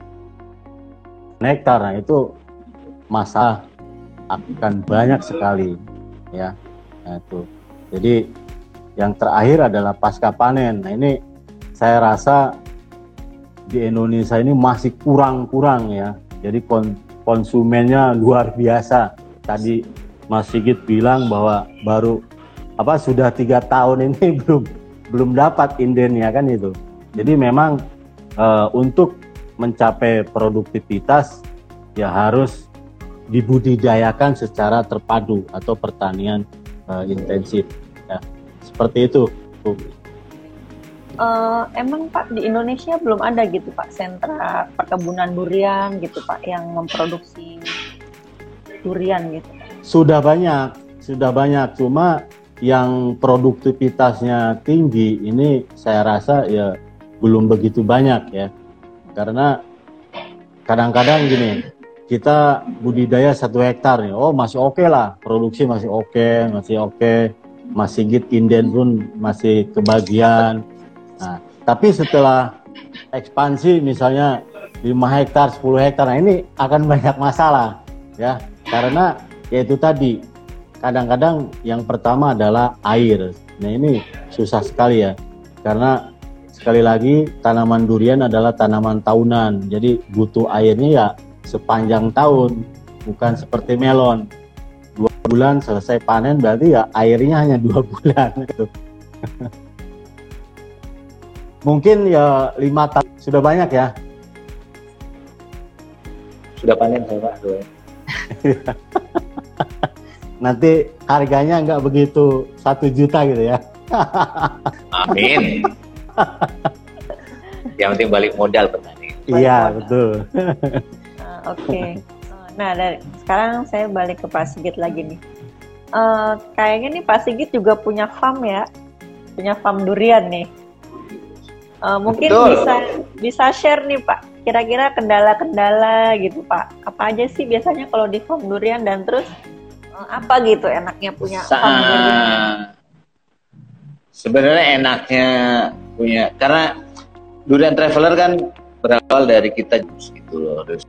hektar, nah itu masalah akan banyak sekali ya. Nah, itu. Jadi yang terakhir adalah pasca panen. Nah ini saya rasa di Indonesia ini masih kurang-kurang ya. Jadi kon konsumennya luar biasa. Tadi Mas Sigit bilang bahwa baru apa sudah tiga tahun ini belum belum dapat indennya kan itu. Jadi memang uh, untuk mencapai produktivitas ya harus dibudidayakan secara terpadu atau pertanian uh, intensif. Ya, seperti itu, Bu. Uh, emang Pak di Indonesia belum ada gitu Pak sentra perkebunan durian gitu Pak yang memproduksi durian gitu. Sudah banyak, sudah banyak. Cuma yang produktivitasnya tinggi ini saya rasa ya belum begitu banyak ya. Karena kadang-kadang gini, kita budidaya satu hektar nih, oh masih oke okay lah, produksi masih oke, okay, masih oke, okay. Mas Sigit inden pun masih kebagian. Nah, tapi setelah ekspansi misalnya lima hektar, sepuluh hektar, nah ini akan banyak masalah ya. Karena yaitu tadi, kadang-kadang yang pertama adalah air. Nah ini susah sekali ya, karena sekali lagi tanaman durian adalah tanaman tahunan, jadi butuh airnya ya sepanjang tahun, bukan seperti melon. Dua bulan selesai panen, berarti ya airnya hanya dua bulan gitu. Mungkin ya lima tahun sudah banyak ya. Sudah panen saya Pak. Nanti harganya nggak begitu satu juta gitu ya. Amin. Yang penting balik modal petani. Iya betul. Uh, Oke. Okay. Nah dari sekarang saya balik ke Pak Sigit lagi nih. Uh, kayaknya nih Pak Sigit juga punya farm ya, punya farm durian nih. Uh, mungkin Betul. bisa bisa share nih Pak. Kira-kira kendala-kendala gitu Pak. Apa aja sih biasanya kalau di farm durian dan terus apa gitu enaknya punya Sa- farm durian? Sebenarnya enaknya punya, karena Durian Traveler kan berawal dari kita gitu loh. Terus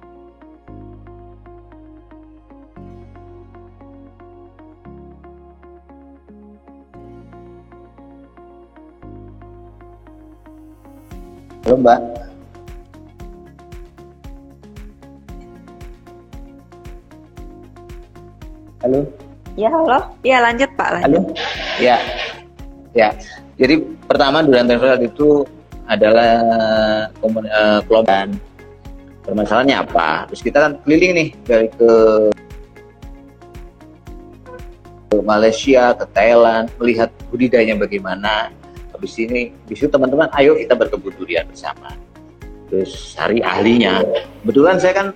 halo Mbak. Halo. Ya halo, ya lanjut Pak lanjut. Halo. Ya, ya. Jadi pertama Durian Traveler itu adalah komun- uh, kelompok. Permasalahannya apa? Terus kita kan keliling nih dari ke, ke Malaysia, ke Thailand, melihat budidayanya bagaimana. Habis ini, habis itu teman-teman, ayo kita berkebun durian bersama. Terus cari ahlinya. Kebetulan saya kan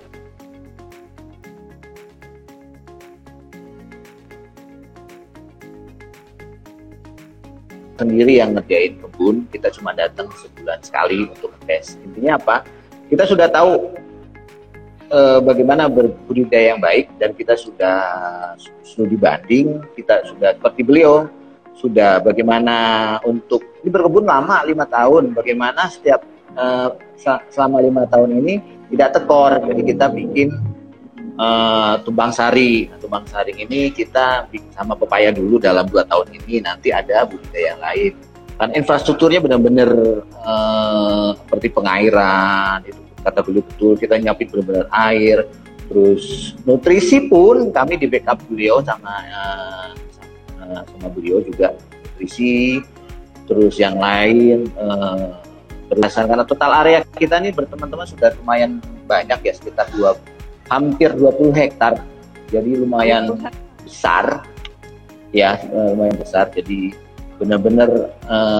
sendiri yang ngerjain kebun, kita cuma datang sebulan sekali untuk tes. Intinya apa? Kita sudah tahu e, bagaimana berbudidaya yang baik, dan kita sudah sudah dibanding, kita sudah seperti beliau, sudah bagaimana untuk ini berkebun lama lima tahun, bagaimana setiap e, selama lima tahun ini tidak tekor. Jadi kita bikin Uh, tumbang sari. Nah, tumbang sari ini kita bikin sama pepaya dulu dalam dua tahun ini, nanti ada budidaya yang lain. Kan infrastrukturnya benar-benar uh, seperti pengairan, itu kata beliau betul, kita nyiapin benar-benar air. Terus nutrisi pun kami di backup beliau sama uh, sama, sama beliau juga nutrisi. Terus yang lain uh, berdasarkan karena total area kita nih berteman-teman sudah lumayan banyak ya, sekitar dua hampir dua puluh hektar, jadi lumayan besar ya, lumayan besar. Jadi benar-benar uh,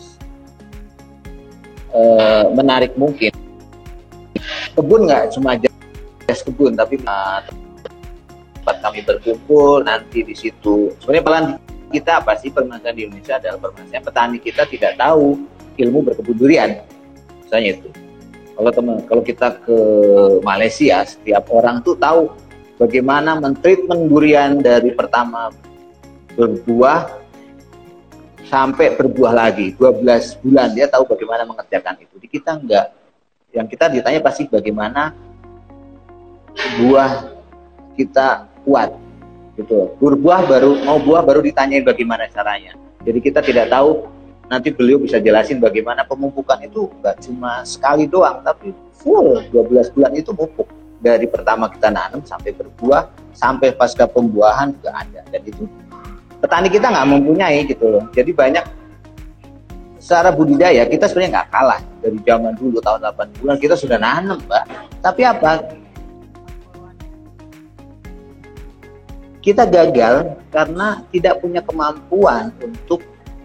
uh, menarik mungkin. Kebun nggak cuma jas kebun, tapi uh, tempat kami berkumpul nanti di situ. Sebenarnya pelan kita apa sih permasalahan di Indonesia adalah permasalahan petani kita tidak tahu ilmu berkebun durian, misalnya itu. Kalau teman, kalau kita ke Malaysia, setiap orang tuh tahu bagaimana mentreatment durian dari pertama berbuah sampai berbuah lagi dua belas bulan, dia tahu bagaimana mengerjakan itu. Di kita enggak. Yang kita ditanya pasti bagaimana buah kita kuat, gitu. Berbuah baru mau buah baru ditanyain bagaimana caranya. Jadi kita tidak tahu. Nanti beliau bisa jelasin bagaimana pemupukan itu nggak cuma sekali doang, tapi full dua belas bulan itu pupuk. Dari pertama kita nanam sampai berbuah, sampai pasca pembuahan juga ada. Dan itu petani kita nggak mempunyai gitu loh. Jadi banyak secara budidaya kita sebenarnya nggak kalah dari zaman dulu tahun delapan bulan kita sudah nanam, Mbak. Tapi apa? Kita gagal karena tidak punya kemampuan untuk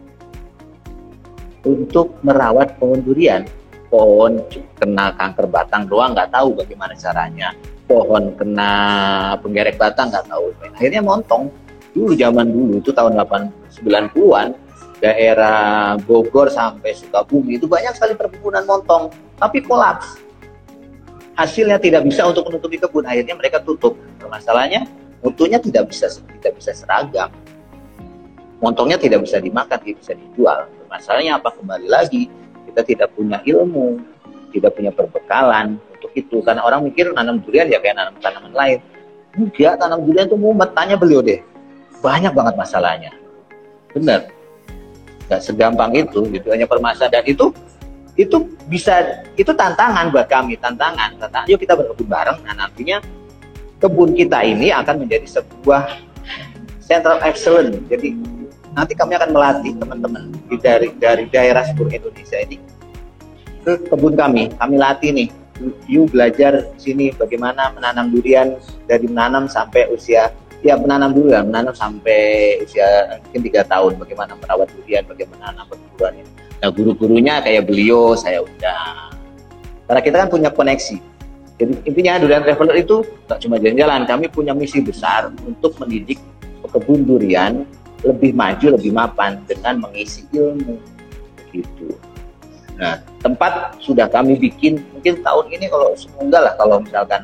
untuk merawat pohon durian. Pohon kena kanker batang doang nggak tahu bagaimana caranya. Pohon kena penggerek batang nggak tahu. Akhirnya montong. Dulu zaman dulu itu tahun delapan sembilan puluhan, daerah Bogor sampai Sukabumi itu banyak sekali perkebunan montong, tapi kolaps. Hasilnya tidak bisa untuk menutupi kebun, akhirnya mereka tutup. Masalahnya mutunya tidak bisa tidak bisa seragam. Montongnya tidak bisa dimakan, tidak bisa dijual. Masalahnya apa? Kembali lagi kita tidak punya ilmu, tidak punya perbekalan untuk itu. Karena orang mikir nanam durian ya kayak nanam tanaman lain. Enggak, tanam durian itu mumet. Tanya beliau deh. Banyak banget masalahnya. Benar. Nggak segampang itu, gitu. Hanya permasalahan. Dan itu itu bisa, itu tantangan buat kami. Tantangan. Tantangan. Yuk kita berkebun bareng. Nah nantinya kebun kita ini akan menjadi sebuah Central Excellence. Jadi nanti kami akan melatih teman-teman dari dari daerah seluruh Indonesia ini ke kebun kami. Kami latih nih. You belajar sini bagaimana menanam durian dari menanam sampai usia ya menanam dulu ya, menanam sampai usia mungkin tiga tahun, bagaimana merawat durian, bagaimana menanam perburuannya. Nah guru-gurunya kayak beliau saya undang. Karena kita kan punya koneksi. Jadi intinya Durian Traveler itu tak cuma jalan-jalan, kami punya misi besar untuk mendidik pekebun durian lebih maju, lebih mapan dengan mengisi ilmu. Gitu. Nah tempat sudah kami bikin, mungkin tahun ini kalau semoga lah kalau misalkan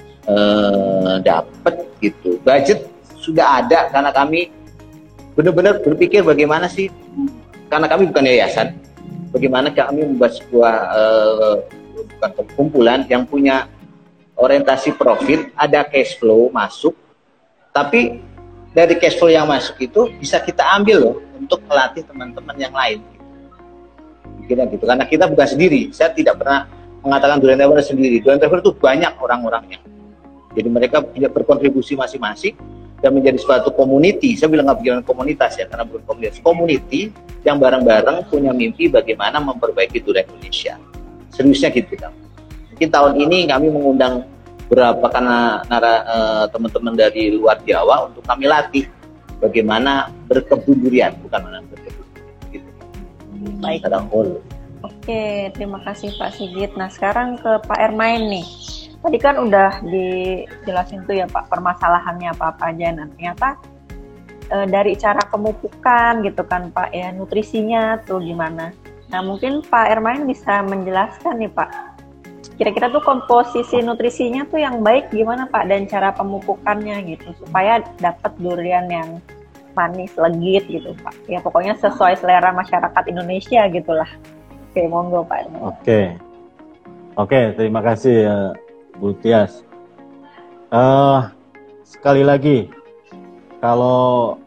Eh, dapat gitu. Budget sudah ada karena kami benar-benar berpikir bagaimana sih, karena kami bukan yayasan, bagaimana kami membuat sebuah eh, bukan kumpulan yang punya orientasi profit, ada cash flow masuk, tapi dari cash flow yang masuk itu bisa kita ambil loh untuk melatih teman-teman yang lain. Kira gitu, karena kita bukan sendiri. Saya tidak pernah mengatakan Durian Traveler sendiri. Durian Traveler itu banyak orang-orangnya. Jadi mereka punya berkontribusi masing-masing dan menjadi suatu community. Saya bilang nggak bilang komunitas ya, karena bukan komunitas. Community yang bareng-bareng punya mimpi bagaimana memperbaiki durian Indonesia. Seriusnya gitu kan. Mungkin tahun ini kami mengundang beberapa karena nara, uh, teman-teman dari luar Jawa untuk kami latih bagaimana berkebun durian, bukan menanam berkebun. Gitu. Baik. Oke, terima kasih Pak Sigit. Nah sekarang ke Pak Ermain nih. Tadi kan udah dijelasin tuh ya Pak permasalahannya apa-apa aja. Nah ternyata e, dari cara pemupukan gitu kan Pak ya, nutrisinya tuh gimana. Nah mungkin Pak Ermain bisa menjelaskan nih Pak, kira-kira tuh komposisi nutrisinya tuh yang baik gimana Pak, dan cara pemupukannya gitu supaya dapat durian yang manis, legit gitu Pak. Ya pokoknya sesuai selera masyarakat Indonesia gitulah. Oke, monggo Pak Ermain. Oke, oke terima kasih ya Bu Tias. Uh, sekali lagi, kalau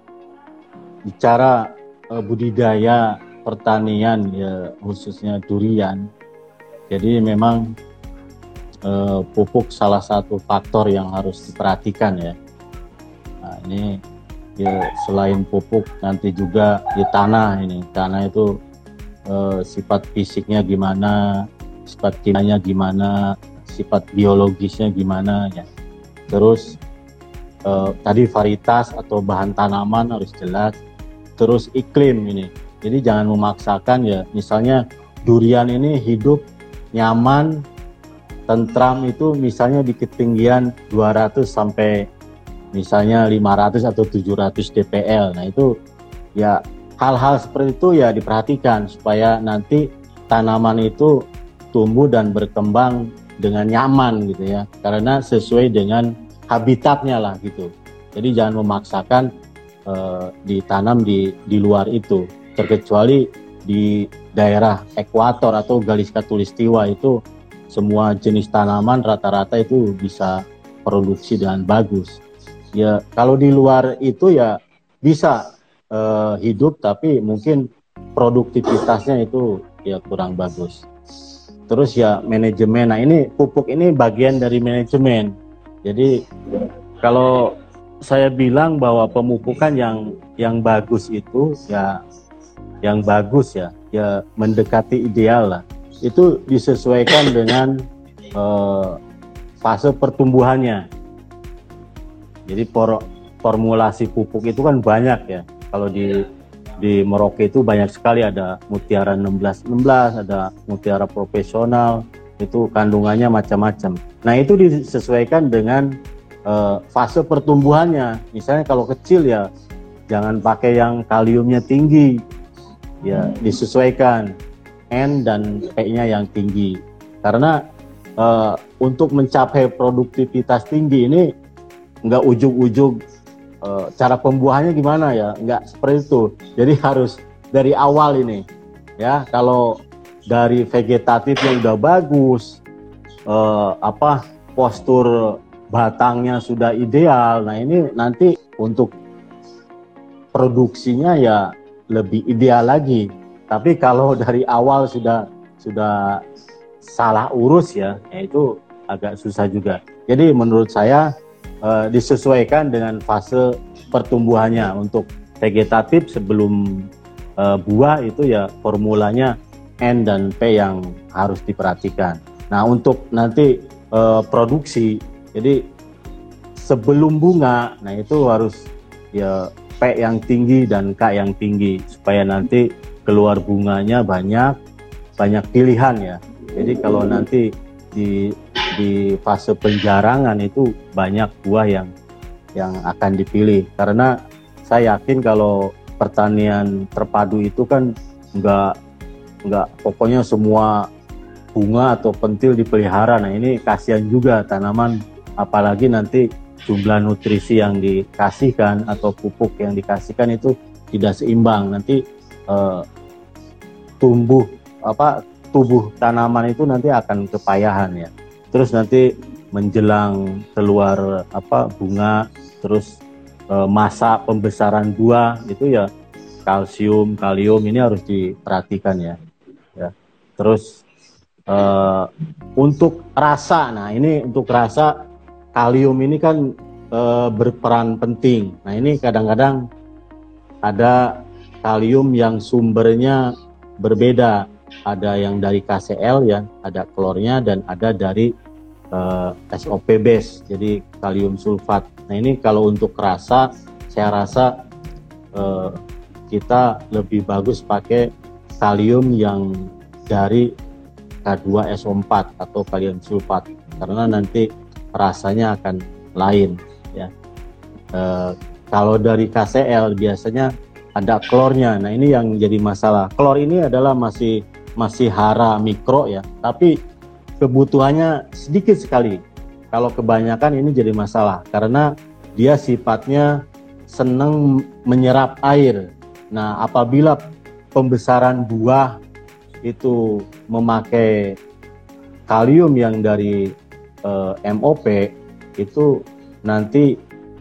bicara uh, budidaya pertanian ya khususnya durian, jadi memang uh, pupuk salah satu faktor yang harus diperhatikan ya. Nah ini ya, selain pupuk nanti juga di tanah ini, tanah itu uh, sifat fisiknya gimana, sifat kimianya gimana, sifat biologisnya gimana ya. Terus eh, tadi varietas atau bahan tanaman harus jelas. Terus iklim ini. Jadi jangan memaksakan ya. Misalnya durian ini hidup nyaman, tentram itu misalnya di ketinggian dua ratus sampai misalnya lima ratus atau tujuh ratus D P L. Nah itu ya hal-hal seperti itu ya diperhatikan supaya nanti tanaman itu tumbuh dan berkembang dengan nyaman gitu ya, karena sesuai dengan habitatnya lah gitu. Jadi jangan memaksakan uh, ditanam di di luar itu, terkecuali di daerah ekuator atau garis khatulistiwa itu semua jenis tanaman rata-rata itu bisa produksi dengan bagus. Ya kalau di luar itu ya bisa uh, hidup, tapi mungkin produktivitasnya itu ya kurang bagus. Terus ya manajemen. Nah ini pupuk ini bagian dari manajemen. Jadi kalau saya bilang bahwa pemupukan yang yang bagus itu ya yang bagus ya ya mendekati ideal lah. Itu disesuaikan dengan uh, fase pertumbuhannya. Jadi por, formulasi pupuk itu kan banyak ya. Kalau di di Merauke itu banyak sekali, ada Mutiara enam belas enam belas, ada Mutiara Profesional, itu kandungannya macam-macam. Nah, itu disesuaikan dengan uh, fase pertumbuhannya. Misalnya kalau kecil ya jangan pakai yang kaliumnya tinggi. Ya, disesuaikan N dan P-nya yang tinggi. Karena uh, untuk mencapai produktivitas tinggi ini nggak ujug-ujug uh, cara pembuahannya gimana ya, nggak seperti itu. Jadi harus dari awal ini ya. Kalau dari vegetatif yang udah bagus, uh, apa postur batangnya sudah ideal, nah ini nanti untuk produksinya ya lebih ideal lagi. Tapi kalau dari awal sudah sudah salah urus ya, ya itu agak susah juga. Jadi menurut saya eh, disesuaikan dengan fase pertumbuhannya. Untuk vegetatif sebelum eh, buah itu ya formulanya N dan P yang harus diperhatikan. Nah, untuk nanti eh, produksi, jadi sebelum bunga, nah itu harus ya P yang tinggi dan K yang tinggi supaya nanti keluar bunganya banyak, banyak pilihan ya. Jadi kalau nanti di di fase penjarangan itu banyak buah yang yang akan dipilih. Karena saya yakin kalau pertanian terpadu itu kan enggak enggak pokoknya semua bunga atau pentil dipelihara. Nah, ini kasihan juga tanaman, apalagi nanti jumlah nutrisi yang dikasihkan atau pupuk yang dikasihkan itu tidak seimbang. Nanti eh, tumbuh apa tubuh tanaman itu nanti akan kepayahan ya. Terus nanti menjelang keluar apa bunga, terus e, masa pembesaran buah itu ya kalsium, kalium ini harus diperhatikan ya. Ya. Terus e, untuk rasa, nah ini untuk rasa kalium ini kan e, berperan penting. Nah ini kadang-kadang ada kalium yang sumbernya berbeda. Ada yang dari K C L ya, ada klornya, dan ada dari uh, S O P base, jadi kalium sulfat. Nah ini kalau untuk rasa, saya rasa uh, kita lebih bagus pakai kalium yang dari K dua S O empat atau kalium sulfat, karena nanti rasanya akan lain ya. Uh, kalau dari K C L biasanya ada klornya. Nah ini yang jadi masalah. Klor ini adalah masih masih hara mikro ya, tapi kebutuhannya sedikit sekali. Kalau kebanyakan ini jadi masalah karena dia sifatnya senang menyerap air. Nah, apabila pembesaran buah itu memakai kalium yang dari eh, M O P, itu nanti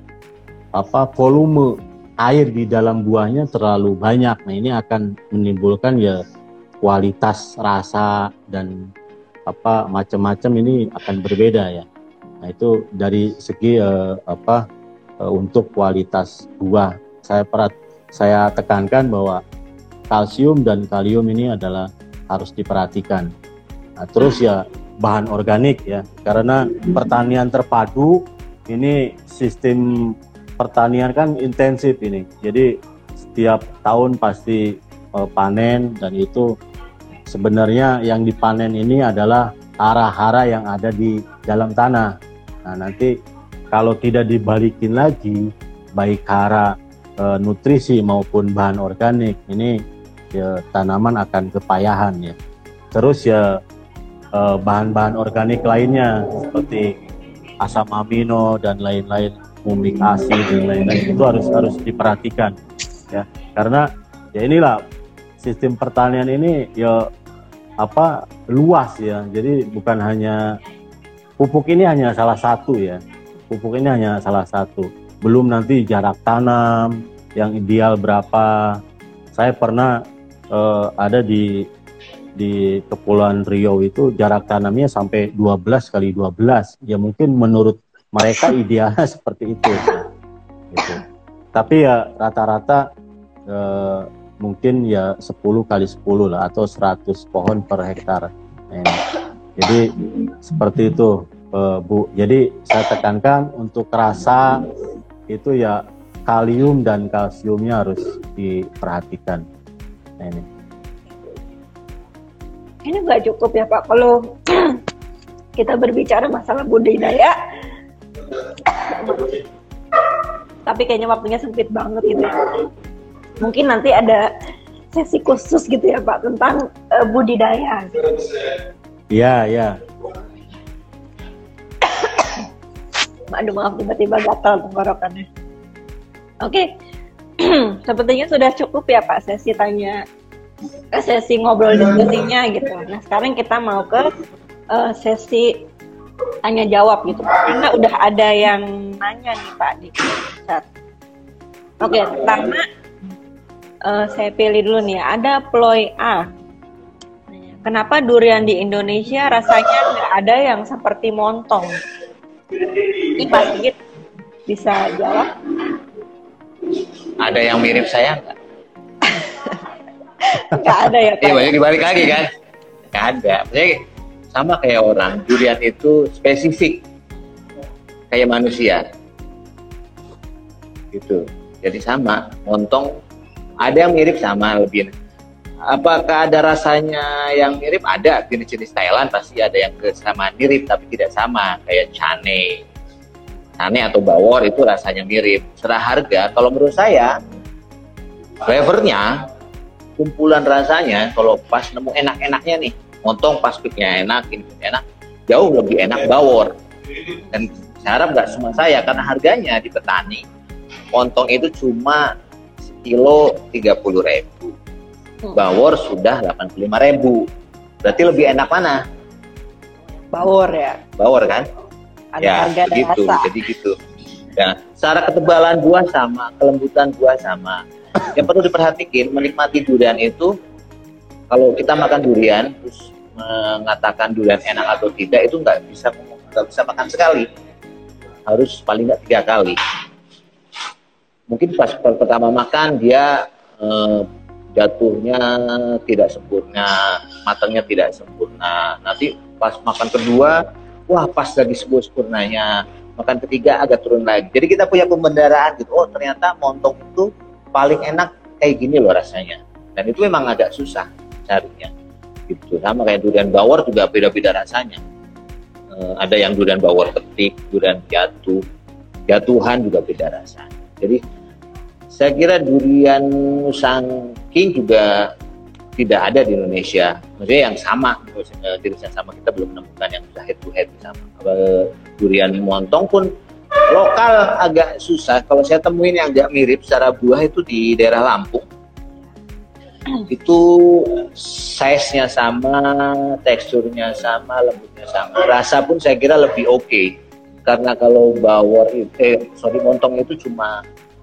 apa volume air di dalam buahnya terlalu banyak. Nah, ini akan menimbulkan ya kualitas rasa dan apa macam-macam ini akan berbeda ya. Nah itu dari segi uh, apa uh, untuk kualitas buah saya perat saya tekankan bahwa kalsium dan kalium ini adalah harus diperhatikan. Nah, terus ya bahan organik ya, karena pertanian terpadu ini sistem pertanian kan intensif ini. Jadi setiap tahun pasti uh, panen, dan itu sebenarnya yang dipanen ini adalah hara-hara yang ada di dalam tanah. Nah nanti kalau tidak dibalikin lagi, baik hara e, nutrisi maupun bahan organik, ini ya, tanaman akan kepayahan ya. Terus ya e, bahan-bahan organik lainnya seperti asam amino dan lain-lain, humic acid dan lain-lain itu harus harus diperhatikan ya. Karena ya inilah sistem pertanian ini ya apa luas ya, jadi bukan hanya pupuk ini hanya salah satu ya, pupuk ini hanya salah satu, belum nanti jarak tanam yang ideal berapa. Saya pernah uh, ada di di Kepulauan Riau itu jarak tanamnya sampai dua belas kali dua belas ya, mungkin menurut mereka idealnya seperti itu. tapi ya rata-rata eh, mungkin ya sepuluh kali sepuluh lah atau seratus pohon per hektar. Nah, jadi seperti itu eh, Bu. Jadi saya tekankan untuk rasa itu ya kalium dan kalsiumnya harus diperhatikan. Nah, ini. Ini nggak cukup ya Pak kalau kita berbicara masalah budidaya. Tapi kayaknya waktunya sempit banget gitu. Mungkin nanti ada sesi khusus gitu ya Pak tentang uh, budidaya. Iya, iya. Aduh maaf tiba-tiba gatal tenggorokannya. Oke, sepertinya sudah cukup ya Pak sesi tanya, eh, sesi ngobrol diskusinya gitu. Nah sekarang kita mau ke uh, sesi tanya jawab gitu Pak. Karena udah ada yang nanya nih Pak di chat. Oke, pertama uh, saya pilih dulu nih. Ada Ploy A. Kenapa durian di Indonesia rasanya nggak ada yang seperti montong? Ini Pak Sigit bisa jawab? Ada yang mirip saya nggak? Nggak ada ya Pak? Iya, banyak dibalik lagi kan? Nggak ada. Maksudnya sama kayak orang, durian itu spesifik kayak manusia. Gitu. Jadi sama, montong ada yang mirip sama lebih. Apakah ada rasanya yang mirip? Ada, jenis-jenis Thailand pasti ada yang kesamaan mirip tapi tidak sama, kayak cane. Cane atau bawor itu rasanya mirip. Secara harga, kalau menurut saya flavornya, kumpulan rasanya kalau pas nemu enak-enaknya nih, montong pas piknya enak, ini enak, jauh lebih enak bawor. Dan saya harap nggak cuma saya, karena harganya di petani montong itu cuma sekilo tiga puluh ribu, bawor sudah delapan puluh lima ribu. Berarti lebih enak mana? Bawor ya. Bawor kan? Ada ya, harga dan gitu, rasa. jadi gitu. Ya, secara ketebalan buah sama, kelembutan buah sama. Yang perlu diperhatikan, menikmati durian itu, kalau kita makan durian terus mengatakan durian enak atau tidak itu nggak bisa nggak bisa makan sekali, harus paling nggak tiga kali. Mungkin pas pertama makan dia eh, jatuhnya tidak sempurna, matangnya tidak sempurna. Nanti pas makan kedua, wah pas lagi sempurnanya. Makan ketiga agak turun lagi. Jadi kita punya pembendaraan gitu. Oh ternyata montong itu paling enak kayak gini loh rasanya. Dan itu memang agak susah carinya. Gitu. Sama kayak durian bawor juga beda-beda rasanya. E, ada yang durian bawor ketik, durian jatuh, jatuhan juga beda rasanya. Jadi saya kira durian Musang King juga tidak ada di Indonesia. Maksudnya yang sama, jenis yang sama, kita belum menemukan yang bisa head to head sama. Durian montong pun lokal agak susah. Kalau saya temuin yang agak mirip secara buah itu di daerah Lampung. Itu size-nya sama, teksturnya sama, lembutnya sama. Rasa pun saya kira lebih oke. Okay. Karena kalau bawor itu, eh sorry montong itu cuma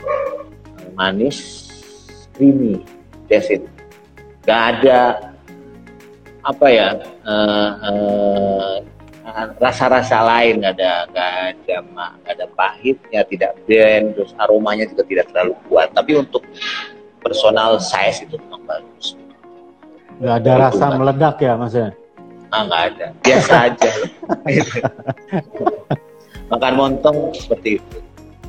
manis, creamy, that's it. Gak ada apa ya uh, uh, rasa-rasa lain, gak ada gak ada gak ada pahitnya, tidak blend, terus aromanya juga tidak terlalu kuat. Tapi untuk personal size itu memang bagus. Gak ada itu rasa kan meledak ya Mas ya? Ah nggak ada, biasa aja. Makan montong seperti itu.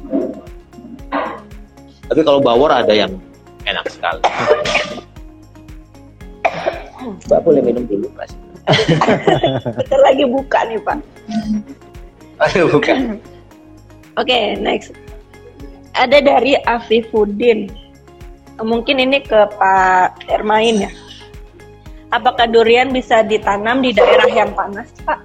Tapi kalau bawor ada yang enak sekali. Mbak boleh minum dulu, Mas. Kita lagi buka nih, Pak. Aduh, buka. Oke, okay, next. Ada dari Afifuddin. Mungkin ini ke Pak Ermain ya. Apakah durian bisa ditanam di daerah yang panas, Pak?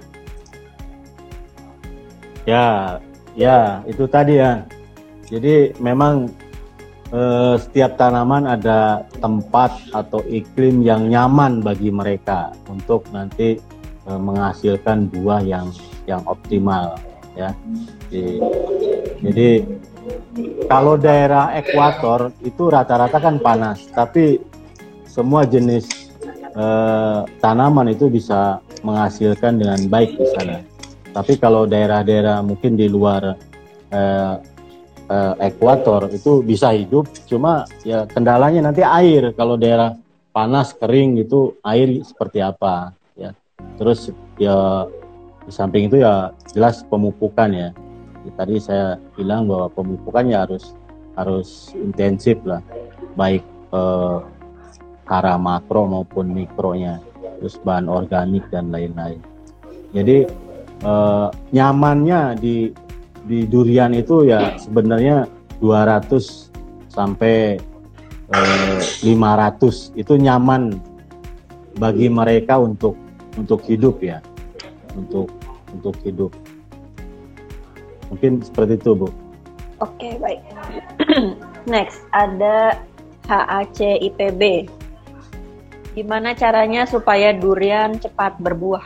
Ya, ya, itu tadi ya. Jadi memang Eh, setiap tanaman ada tempat atau iklim yang nyaman bagi mereka untuk nanti eh, menghasilkan buah yang yang optimal ya. Jadi, jadi kalau daerah ekuator itu rata-rata kan panas, tapi semua jenis eh, tanaman itu bisa menghasilkan dengan baik di sana. Tapi kalau daerah-daerah mungkin di luar eh, eh, ekuator itu bisa hidup, cuma ya kendalanya nanti air. Kalau daerah panas kering gitu air seperti apa ya. Terus ya di samping itu ya jelas pemupukan ya. Ya, tadi saya bilang bahwa pemupukannya harus harus intensif lah, baik eh, secara makro maupun mikronya, terus bahan organik dan lain-lain. Jadi eh, nyamannya di di durian itu ya sebenarnya dua ratus sampai eh, lima ratus itu nyaman bagi mereka untuk untuk hidup ya, untuk untuk hidup. Mungkin seperti itu, Bu. Oke, baik. Next, ada H A C I P B. Gimana caranya supaya durian cepat berbuah?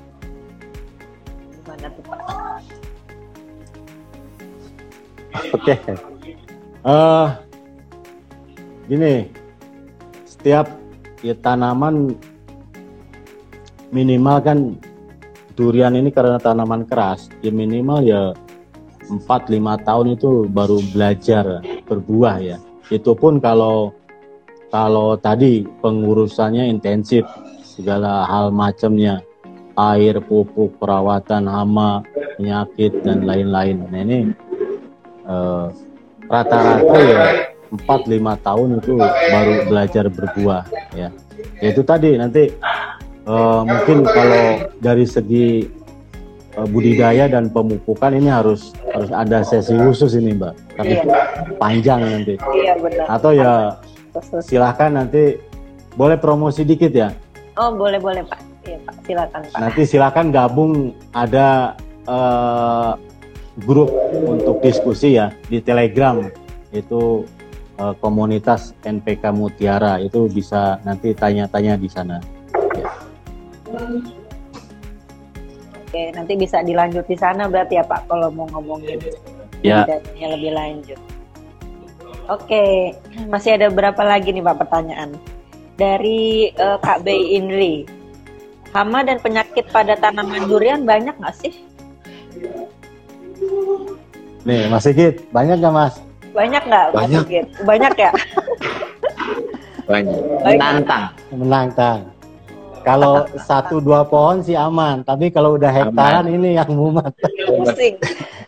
Gimana tuh, Pak? Oke. Eh, gini, setiap ya, tanaman minimal kan durian ini karena tanaman keras, ya minimal ya empat lima tahun itu baru belajar berbuah ya. Itu pun kalau kalau tadi pengurusannya intensif, segala hal macamnya, air, pupuk, perawatan, hama, penyakit dan lain-lain. Nah ini eh, rata-rata ya empat lima tahun itu baru belajar berbuah ya. Ya itu tadi nanti eh, mungkin kalau dari segi budidaya dan pemupukan ini harus harus ada sesi khusus ini, Mbak. Tapi iya. panjang nanti. Iya benar. Atau ya silahkan nanti boleh promosi dikit ya. Oh boleh boleh Pak. Iya Pak, silakan Pak. Nanti silakan gabung, ada uh, grup untuk diskusi ya di Telegram, itu uh, komunitas N P K Mutiara, itu bisa nanti tanya-tanya di sana. Ya. Oke, nanti bisa dilanjut di sana berarti ya Pak kalau mau ngomongin ya. budidayanya lebih lanjut. Oke, masih ada berapa lagi nih Pak pertanyaan? Dari uh, Kak Bei Inri, hama dan penyakit pada tanaman durian banyak nggak sih? Nih Mas Sigit, banyak nggak Mas? Banyak nggak Mas Banyak. Sigit? Banyak ya? Banyak. Baik. Menantang. Menantang. Kalau satu dua pohon sih aman, tapi kalau udah hektaran ini yang mumet. Pusing.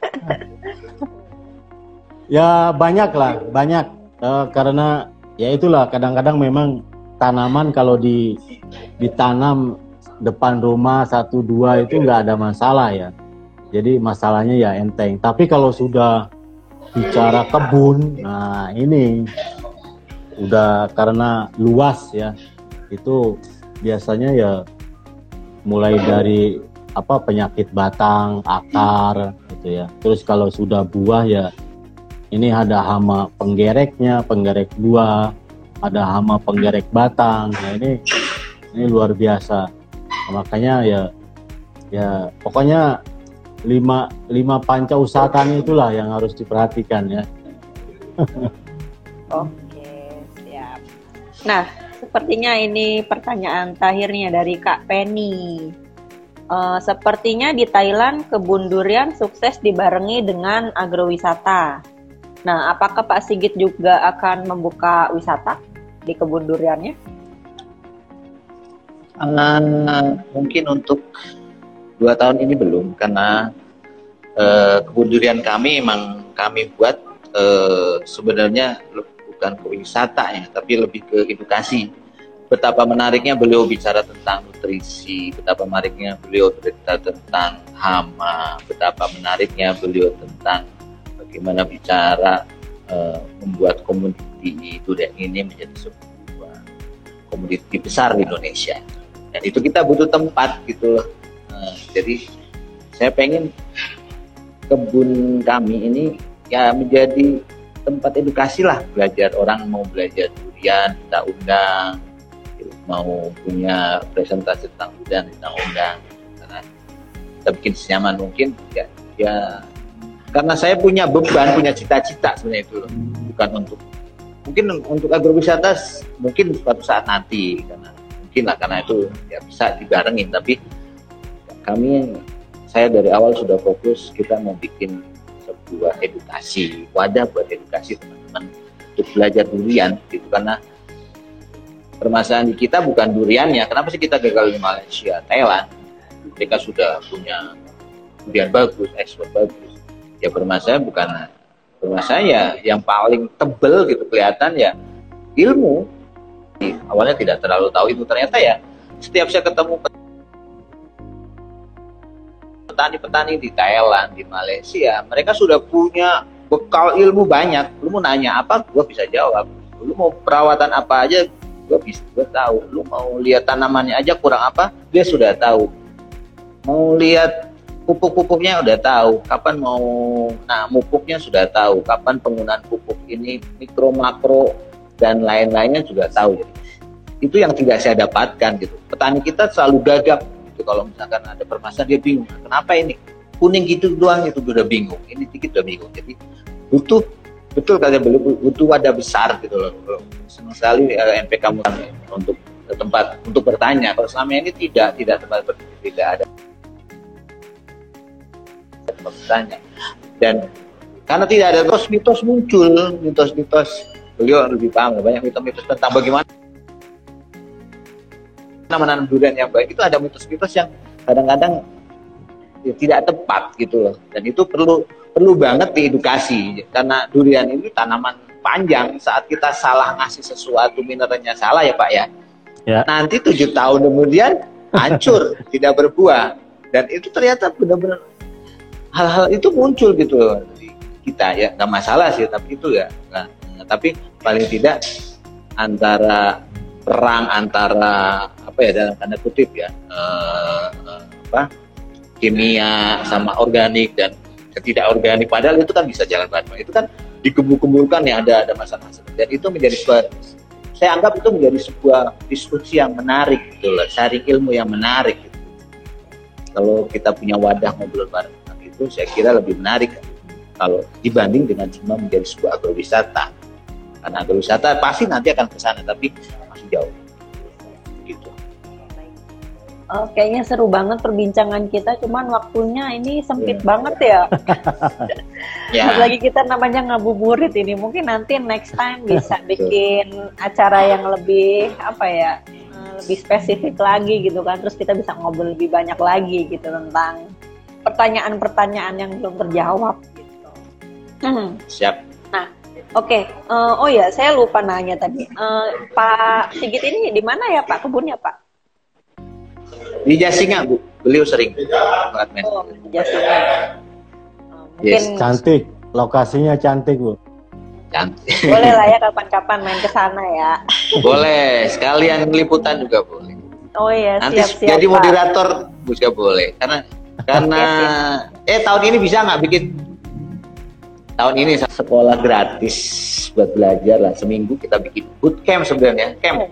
Ya banyak lah, banyak. Uh, karena ya itulah kadang-kadang memang tanaman kalau di ditanam depan rumah satu dua itu nggak ada masalah ya. Jadi masalahnya ya enteng. Tapi kalau sudah bicara kebun, nah ini udah karena luas ya, itu biasanya ya mulai dari apa penyakit batang, akar gitu ya. Terus kalau sudah buah ya ini ada hama penggereknya, penggerek buah, ada hama penggerek batang. Nah ini ini luar biasa. Nah, makanya ya ya pokoknya lima lima panca usaha tani itulah yang harus diperhatikan ya. Oke, siap. Nah, sepertinya ini pertanyaan terakhirnya dari Kak Penny. Uh, sepertinya di Thailand kebun durian sukses dibarengi dengan agrowisata. Nah, apakah Pak Sigit juga akan membuka wisata di kebun duriannya? Uh, mungkin untuk dua tahun ini belum, karena uh, kebun durian kami memang kami buat uh, sebenarnya bukan ke wisata ya, tapi lebih ke edukasi. Betapa menariknya beliau bicara tentang nutrisi, betapa menariknya beliau cerita tentang hama, betapa menariknya beliau tentang bagaimana bicara uh, membuat komoditi durian ini menjadi sebuah komoditi besar di Indonesia. Dan itu kita butuh tempat gitu loh. Uh, jadi saya pengen kebun kami ini ya menjadi tempat edukasi lah, belajar orang mau belajar durian kita undang, mau punya presentasi tentang durian kita undang, karena kita bikin senyaman mungkin ya, ya karena saya punya beban, punya cita-cita sebenarnya itu loh. Bukan untuk mungkin untuk agrowisata mungkin suatu saat nanti, karena mungkin lah karena itu ya bisa dibarengin, tapi kami saya dari awal sudah fokus kita mau bikin sebuah edukasi, wadah buat edukasi teman-teman untuk belajar durian gitu. Karena permasalahan di kita bukan duriannya. Kenapa sih kita gagal di Malaysia, Thailand? Mereka sudah punya durian bagus, ekspor bagus. Ya permasalahan bukan permasalahan ya yang paling tebel gitu kelihatan ya ilmu. Awalnya tidak terlalu tahu itu, ternyata ya setiap saya ketemu petani-petani di Thailand, di Malaysia, mereka sudah punya bekal ilmu banyak. Lu mau nanya apa, gue bisa jawab. Lu mau perawatan apa aja, gue bisa, gue tahu. Lu mau lihat tanamannya aja kurang apa, dia sudah tahu. Mau lihat pupuk-pupuknya udah tahu. Kapan mau, nah mupuknya sudah tahu. Kapan penggunaan pupuk ini, mikro, makro, dan lain-lainnya juga tahu. Jadi, itu yang tidak saya dapatkan gitu. Petani kita selalu gagap. Kalau misalkan ada permasalahan dia bingung, kenapa ini kuning gitu doang, itu udah bingung, ini dikit udah bingung. Jadi butuh betul kalian butuh wadah besar gitu loh. Senang sekali N P K untuk tempat untuk bertanya. Kalau selama ini tidak tidak tempat ber, tidak ada tempat bertanya. Dan karena tidak ada mitos-mitos muncul, mitos-mitos beliau lebih paham banyak mitos-mitos tentang bagaimana menanam durian yang baik. Itu ada mitos-mitos yang kadang-kadang ya, tidak tepat gitu loh, dan itu perlu perlu banget diedukasi karena durian ini tanaman panjang. Saat kita salah ngasih sesuatu, mineralnya salah ya Pak ya, ya. Nanti tujuh tahun kemudian hancur tidak berbuah, dan itu ternyata benar-benar hal-hal itu muncul gitu loh di kita ya. Nggak masalah sih, tapi itu ya nah, tapi paling tidak antara perang antara apa ya dalam tanda kutip ya uh, uh, apa kimia sama organik dan tidak organik, padahal itu kan bisa jalan bareng. Itu kan dikebul-kebulkan ya, ada ada masalah-masalah, dan itu menjadi sebuah, saya anggap itu menjadi sebuah diskusi yang menarik gitu loh, sharing ilmu yang menarik gitu. Kalau kita punya wadah ngobrol bareng itu, saya kira lebih menarik kalau dibanding dengan cuma menjadi sebuah agrowisata. Karena agrowisata pasti nanti akan ke sana, tapi masih jauh. Gitu. Oh, kayaknya seru banget perbincangan kita, cuman waktunya ini sempit yeah. banget ya. yeah. Lagi kita namanya ngabuburit ini, mungkin nanti next time bisa bikin acara yang lebih apa ya, lebih spesifik lagi gitu kan. Terus kita bisa ngobrol lebih banyak lagi gitu tentang pertanyaan-pertanyaan yang belum terjawab gitu. Hmm. Siap. Nah, oke. Okay. Uh, oh ya, saya lupa nanya tadi. Uh, Pak Sigit ini di mana ya Pak kebunnya Pak? Di Jasinga Bu, beliau sering. Oh, di Jasinga. Uh, mungkin yes, cantik, lokasinya cantik Bu. Cantik. Boleh lah ya kapan-kapan main ke sana ya. Boleh, sekalian liputan juga boleh. Oh iya, nanti siap-siap. Jadi moderator Bu juga boleh, karena karena eh tahun ini bisa nggak bikin tahun ini sekolah gratis buat belajar lah, seminggu kita bikin bootcamp sebenarnya, camp.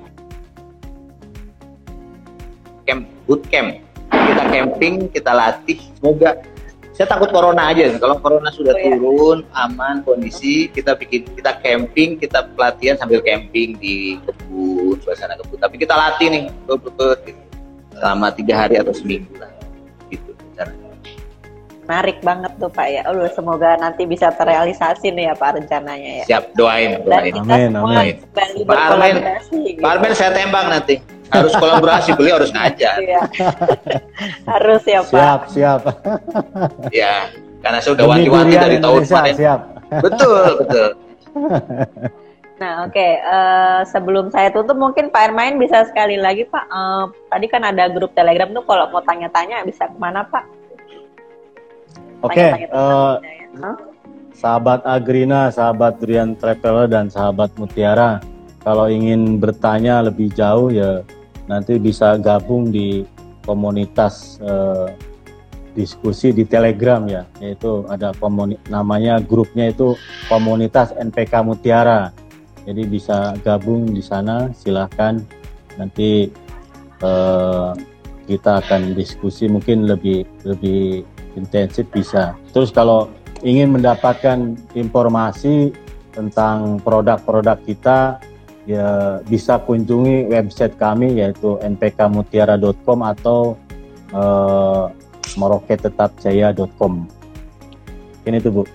Camp, bootcamp. Kita camping, kita latih. Semoga, saya takut corona aja. Kalau corona sudah oh, turun, ya. aman kondisi, kita bikin, kita camping, kita pelatihan sambil camping di kebun, suasana kebun. Tapi kita latih nih, betul-betul gitu. Selama tiga hari atau seminggu lah. Gitu caranya. Menarik banget tuh Pak ya. Oh, semoga nanti bisa terrealisasi nih ya Pak rencananya ya. Siap, doain, doain. Dan kita amin, semua amin. Pak Armen, gitu. Pak Armen saya tembak nanti. Harus kolaborasi, beliau harus ngajar. Iya. Harus ya Pak. Siap, siap. Ya, karena saya udah wanti-wanti dari tahun kemarin. Siap. Betul, betul. Nah, oke. Okay. Uh, sebelum saya tutup, mungkin Pak Armen bisa sekali lagi Pak. Uh, tadi kan ada grup Telegram tuh, kalau mau tanya-tanya bisa kemana Pak? Oke. Okay, uh, ya. huh? Sahabat Agrina, sahabat Durian Traveler, dan sahabat Mutiara, kalau ingin bertanya lebih jauh ya nanti bisa gabung di komunitas eh, diskusi di Telegram ya, yaitu ada komuni- namanya grupnya itu komunitas N P K Mutiara. Jadi bisa gabung di sana, silahkan nanti eh, kita akan diskusi mungkin lebih lebih intensif bisa. Terus kalau ingin mendapatkan informasi tentang produk-produk kita, ya bisa kunjungi website kami yaitu n p k mutiara dot com atau uh, meroket tetap jaya dot com. Ini tuh Bu.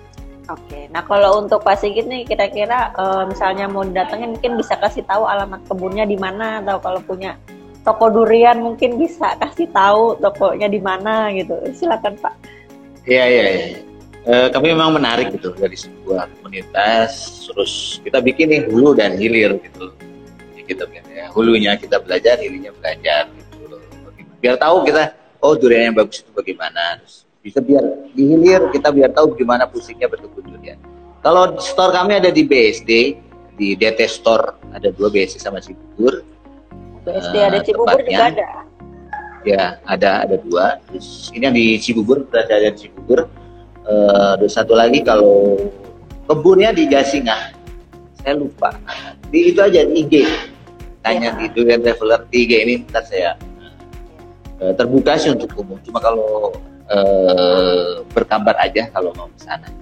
Oke, nah kalau untuk Pak Sigit nih kira-kira uh, misalnya mau datengin mungkin bisa kasih tahu alamat kebunnya di mana, atau kalau punya toko durian mungkin bisa kasih tahu tokonya di mana gitu. Silakan Pak. Iya iya. Ya. E, kami memang menarik gitu dari sebuah komunitas, terus kita bikin nih hulu dan hilir gitu. Gitu kan ya. Hulunya kita belajar, hilirnya belajar gitu. Biar tahu kita, oh durian yang bagus itu bagaimana. Terus bisa biar di hilir kita biar tahu gimana pusingnya berkebun durian. Kalau store kami ada di B S D, di D T Store ada dua, B S D sama Cibubur. B S D ada Cibubur juga ada. Ya, ada ada dua. Terus ini yang di Cibubur, berada di Cibubur. Uh, terus satu lagi kalau kebunnya di Gasingah, saya lupa. Di itu aja di I G. Tanya ya. Di Durian Traveler di I G ini ntar saya uh, terbuka sih untuk umum. Cuma kalau uh, berkabar aja kalau mau ke sana.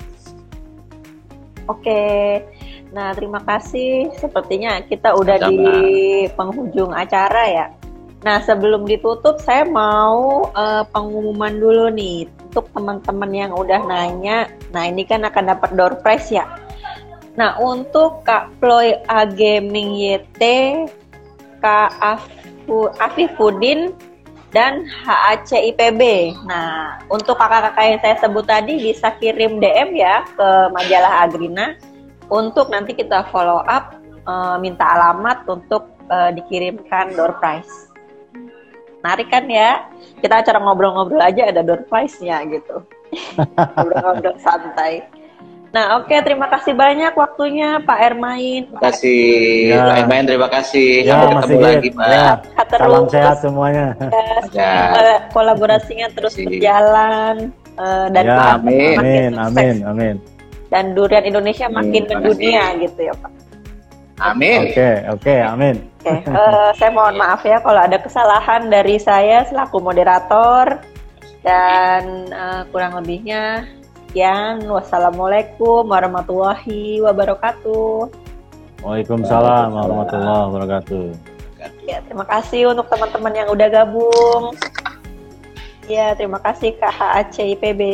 Oke. Nah, terima kasih. Sepertinya kita udah Sama. Di penghujung acara ya. Nah, sebelum ditutup, saya mau uh, pengumuman dulu nih untuk teman-teman yang udah nanya. Nah, ini kan akan dapat door prize ya. Nah, untuk Kak Ploy A Gaming Y T, Kak Afu, Afifudin, dan H A C I P B. Nah, untuk kakak-kakak yang saya sebut tadi bisa kirim D M ya ke majalah Agrina untuk nanti kita follow up, uh, minta alamat untuk uh, dikirimkan door prize. Menarik kan ya? Kita acara ngobrol-ngobrol aja ada door prize-nya gitu. Ngobrol-ngobrol santai. Nah, oke, okay, terima kasih banyak waktunya Pak Ermain. Terima kasih ya. Pak Ermain, terima kasih. Ya, Sampai ketemu Sigit. lagi, Pak. Ya. Terus, salam sehat semuanya. Ya, ya. Kolaborasinya terus Masih. berjalan uh, dan ya, Pak, amin, amin, amin, amin. Dan durian Indonesia makin mendunia gitu ya Pak. Amin. Oke, okay, oke, okay, amin. Oke, okay, uh, saya mohon maaf ya kalau ada kesalahan dari saya selaku moderator, dan uh, kurang lebihnya sekian. Wassalamualaikum warahmatullahi wabarakatuh. Waalaikumsalam warahmatullahi wabarakatuh. Ya, terima kasih untuk teman-teman yang udah gabung. Ya, terima kasih Kak H A C I P B.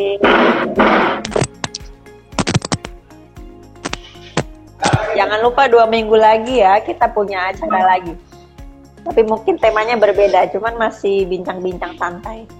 Jangan lupa dua minggu lagi ya kita punya acara lagi. Tapi mungkin temanya berbeda, cuman masih bincang-bincang santai.